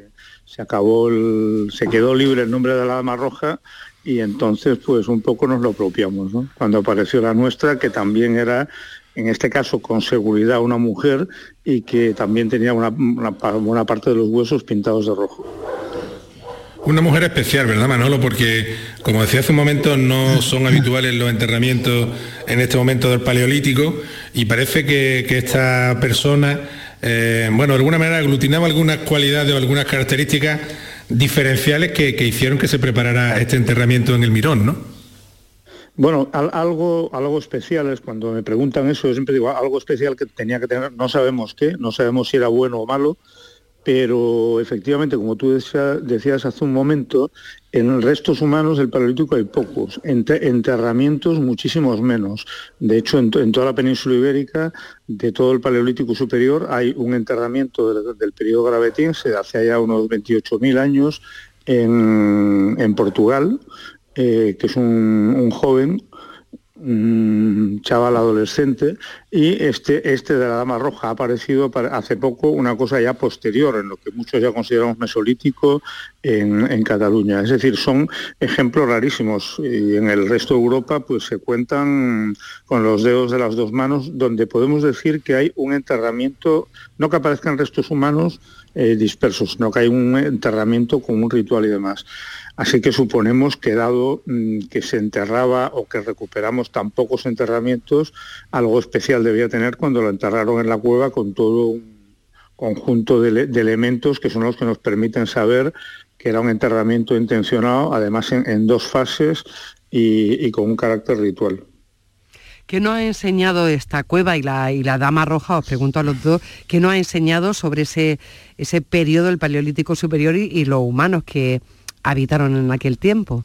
se quedó libre el nombre de la Dama Roja, y entonces pues un poco nos lo apropiamos, ¿no? Cuando apareció la nuestra, que también era, en este caso con seguridad, una mujer, y que también tenía una buena parte de los huesos pintados de rojo. Una mujer especial, ¿verdad, Manolo? Porque, como decía hace un momento, no son habituales los enterramientos en este momento del Paleolítico, y parece que esta persona, bueno, de alguna manera aglutinaba algunas cualidades o algunas características diferenciales que hicieron que se preparara este enterramiento en el Mirón, ¿no? Bueno, algo especial es, cuando me preguntan eso, yo siempre digo, algo especial que tenía que tener, no sabemos qué, no sabemos si era bueno o malo, pero efectivamente, como tú decías hace un momento, en restos humanos del Paleolítico hay pocos, enterramientos muchísimos menos. De hecho, en toda la península ibérica, de todo el Paleolítico Superior, hay un enterramiento del periodo gravetense de hace ya unos 28.000 años en Portugal, que es un joven, un chaval adolescente, y este de la Dama Roja ha aparecido hace poco, una cosa ya posterior, en lo que muchos ya consideramos mesolítico, en Cataluña. Es decir, son ejemplos rarísimos, y en el resto de Europa pues se cuentan con los dedos de las dos manos, donde podemos decir que hay un enterramiento, no que aparezcan restos humanos dispersos, sino que hay un enterramiento con un ritual y demás. Así que suponemos que, dado que se enterraba o que recuperamos tan pocos enterramientos, algo especial debía tener cuando lo enterraron en la cueva, con todo un conjunto de elementos que son los que nos permiten saber que era un enterramiento intencionado, además en dos fases y con un carácter ritual. ¿Qué nos ha enseñado esta cueva y la Dama Roja? Os pregunto a los dos, ¿qué nos ha enseñado sobre ese periodo del Paleolítico Superior y los humanos que habitaron en aquel tiempo?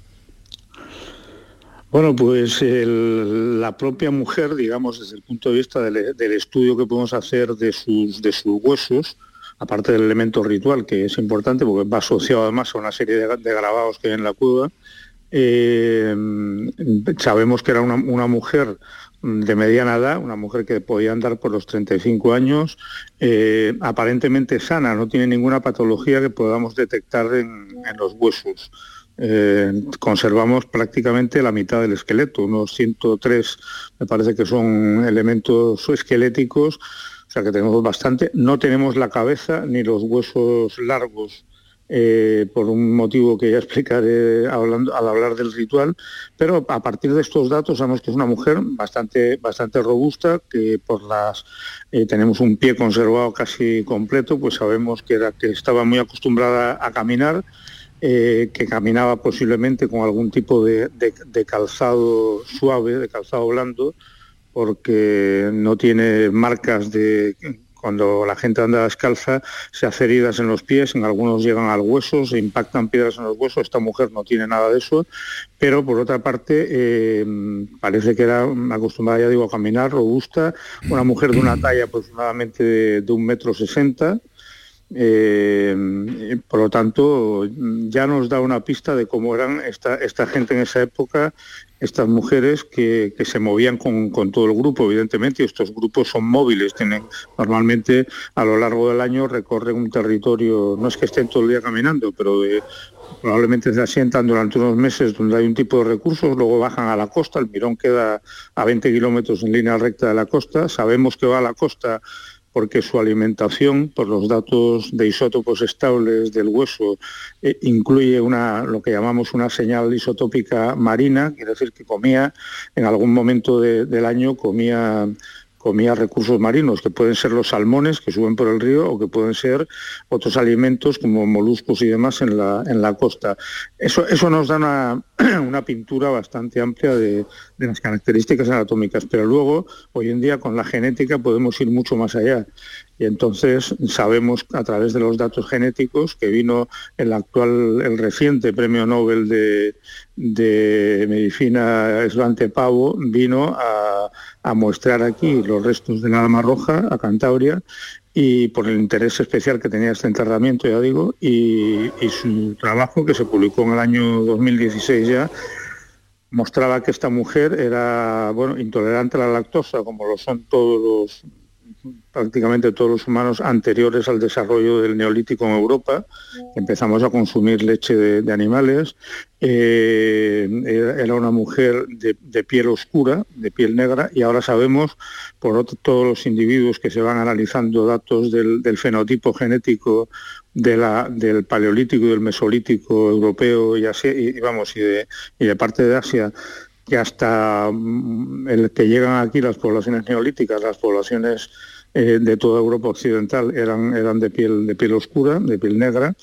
Bueno, pues la propia mujer, digamos, desde el punto de vista del estudio que podemos hacer de sus huesos, aparte del elemento ritual, que es importante porque va asociado además a una serie de grabados que hay en la cueva, Sabemos que era una mujer de mediana edad, una mujer que podía andar por los 35 años, aparentemente sana, no tiene ninguna patología que podamos detectar en los huesos. Conservamos prácticamente la mitad del esqueleto, unos 103 me parece que son elementos esqueléticos, o sea que tenemos bastante. No tenemos la cabeza ni los huesos largos, por un motivo que ya explicaré al hablar del ritual, pero a partir de estos datos sabemos que es una mujer bastante robusta, que tenemos un pie conservado casi completo, pues sabemos que estaba muy acostumbrada a caminar, que caminaba posiblemente con algún tipo de calzado suave, de calzado blando, porque no tiene marcas de... Cuando la gente anda descalza se hace heridas en los pies, en algunos llegan al hueso, se impactan piedras en los huesos. Esta mujer no tiene nada de eso, pero por otra parte parece que era acostumbrada, ya digo, a caminar, robusta, una mujer de una talla aproximadamente de 1,60 m. Por lo tanto, ya nos da una pista de cómo eran esta gente en esa época, estas mujeres que se movían con todo el grupo, evidentemente, y estos grupos son móviles, normalmente a lo largo del año recorren un territorio, no es que estén todo el día caminando, pero probablemente se asientan durante unos meses donde hay un tipo de recursos, luego bajan a la costa, el Mirón queda a 20 kilómetros en línea recta de la costa, sabemos que va a la costa porque su alimentación, por los datos de isótopos estables del hueso, incluye lo que llamamos una señal isotópica marina, quiere decir que comía, en algún momento del año comía recursos marinos, que pueden ser los salmones que suben por el río o que pueden ser otros alimentos como moluscos y demás en la costa. Eso nos da una pintura bastante amplia de las características anatómicas, pero luego, hoy en día, con la genética podemos ir mucho más allá. Y entonces sabemos a través de los datos genéticos que vino el reciente premio Nobel de Medicina Svante Pavo, vino a mostrar aquí los restos de la Dama Roja, a Cantabria, y por el interés especial que tenía este enterramiento, ya digo, y su trabajo, que se publicó en el año 2016 ya, mostraba que esta mujer era intolerante a la lactosa, como lo son prácticamente todos los humanos anteriores al desarrollo del Neolítico en Europa. Empezamos a consumir leche de animales. Era una mujer de piel oscura, de piel negra, y ahora sabemos, por todos los individuos que se van analizando datos del fenotipo genético del Paleolítico y del Mesolítico europeo y de parte de Asia, que hasta el que llegan aquí las poblaciones neolíticas, las poblaciones de toda Europa occidental eran de piel oscura, de piel negra.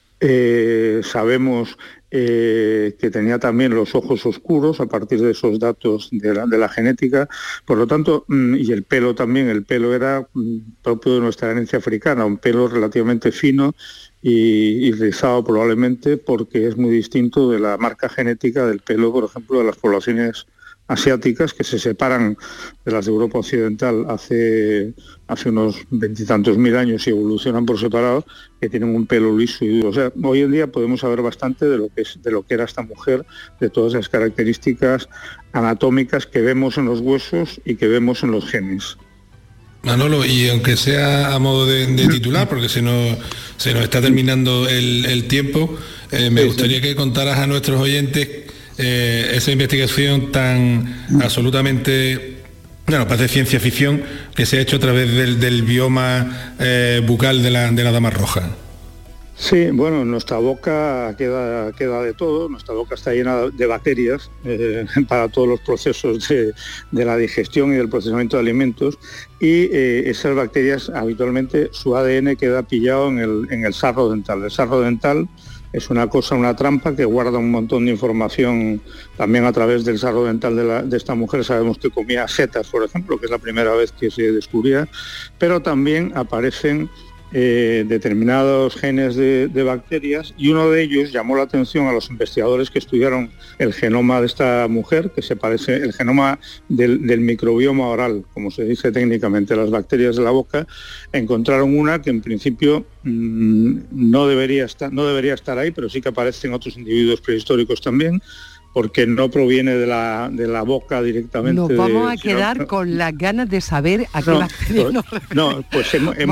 Sabemos que tenía también los ojos oscuros a partir de esos datos de la genética, por lo tanto, y el pelo también, el pelo era propio de nuestra herencia africana, un pelo relativamente fino y rizado probablemente, porque es muy distinto de la marca genética del pelo, por ejemplo, de las poblaciones asiáticas, que se separan de las de Europa occidental hace unos 20 y tantos mil años y evolucionan por separado, que tienen un pelo liso y duro. O sea, hoy en día podemos saber bastante de lo que era esta mujer, de todas las características anatómicas que vemos en los huesos y que vemos en los genes. Manolo, y aunque sea a modo de titular, porque se nos está terminando el tiempo, me gustaría que contaras a nuestros oyentes esa investigación tan absolutamente, parece ciencia ficción, que se ha hecho a través del bioma bucal de la Dama Roja. Sí, bueno, nuestra boca queda de todo, nuestra boca está llena de bacterias para todos los procesos de la digestión y del procesamiento de alimentos, y esas bacterias habitualmente su ADN queda pillado en el sarro dental. El sarro dental es una trampa que guarda un montón de información también a través del sarro dental de esta mujer. Sabemos que comía setas, por ejemplo, que es la primera vez que se descubría, pero también aparecen determinados genes de bacterias, y uno de ellos llamó la atención a los investigadores que estudiaron el genoma de esta mujer, que se parece el genoma del microbioma oral, como se dice técnicamente, las bacterias de la boca. Encontraron una que en principio no debería estar ahí, pero sí que aparece en otros individuos prehistóricos también, porque no proviene de la boca directamente. Nos vamos a quedar con las ganas de saber a qué bacteria nos referimos. No, pues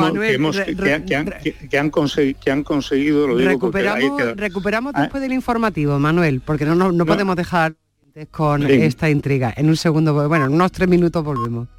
que han conseguido, lo digo recuperamos después del informativo, Manuel, porque no podemos dejar con esta intriga. En un segundo, bueno, en unos 3 minutos volvemos.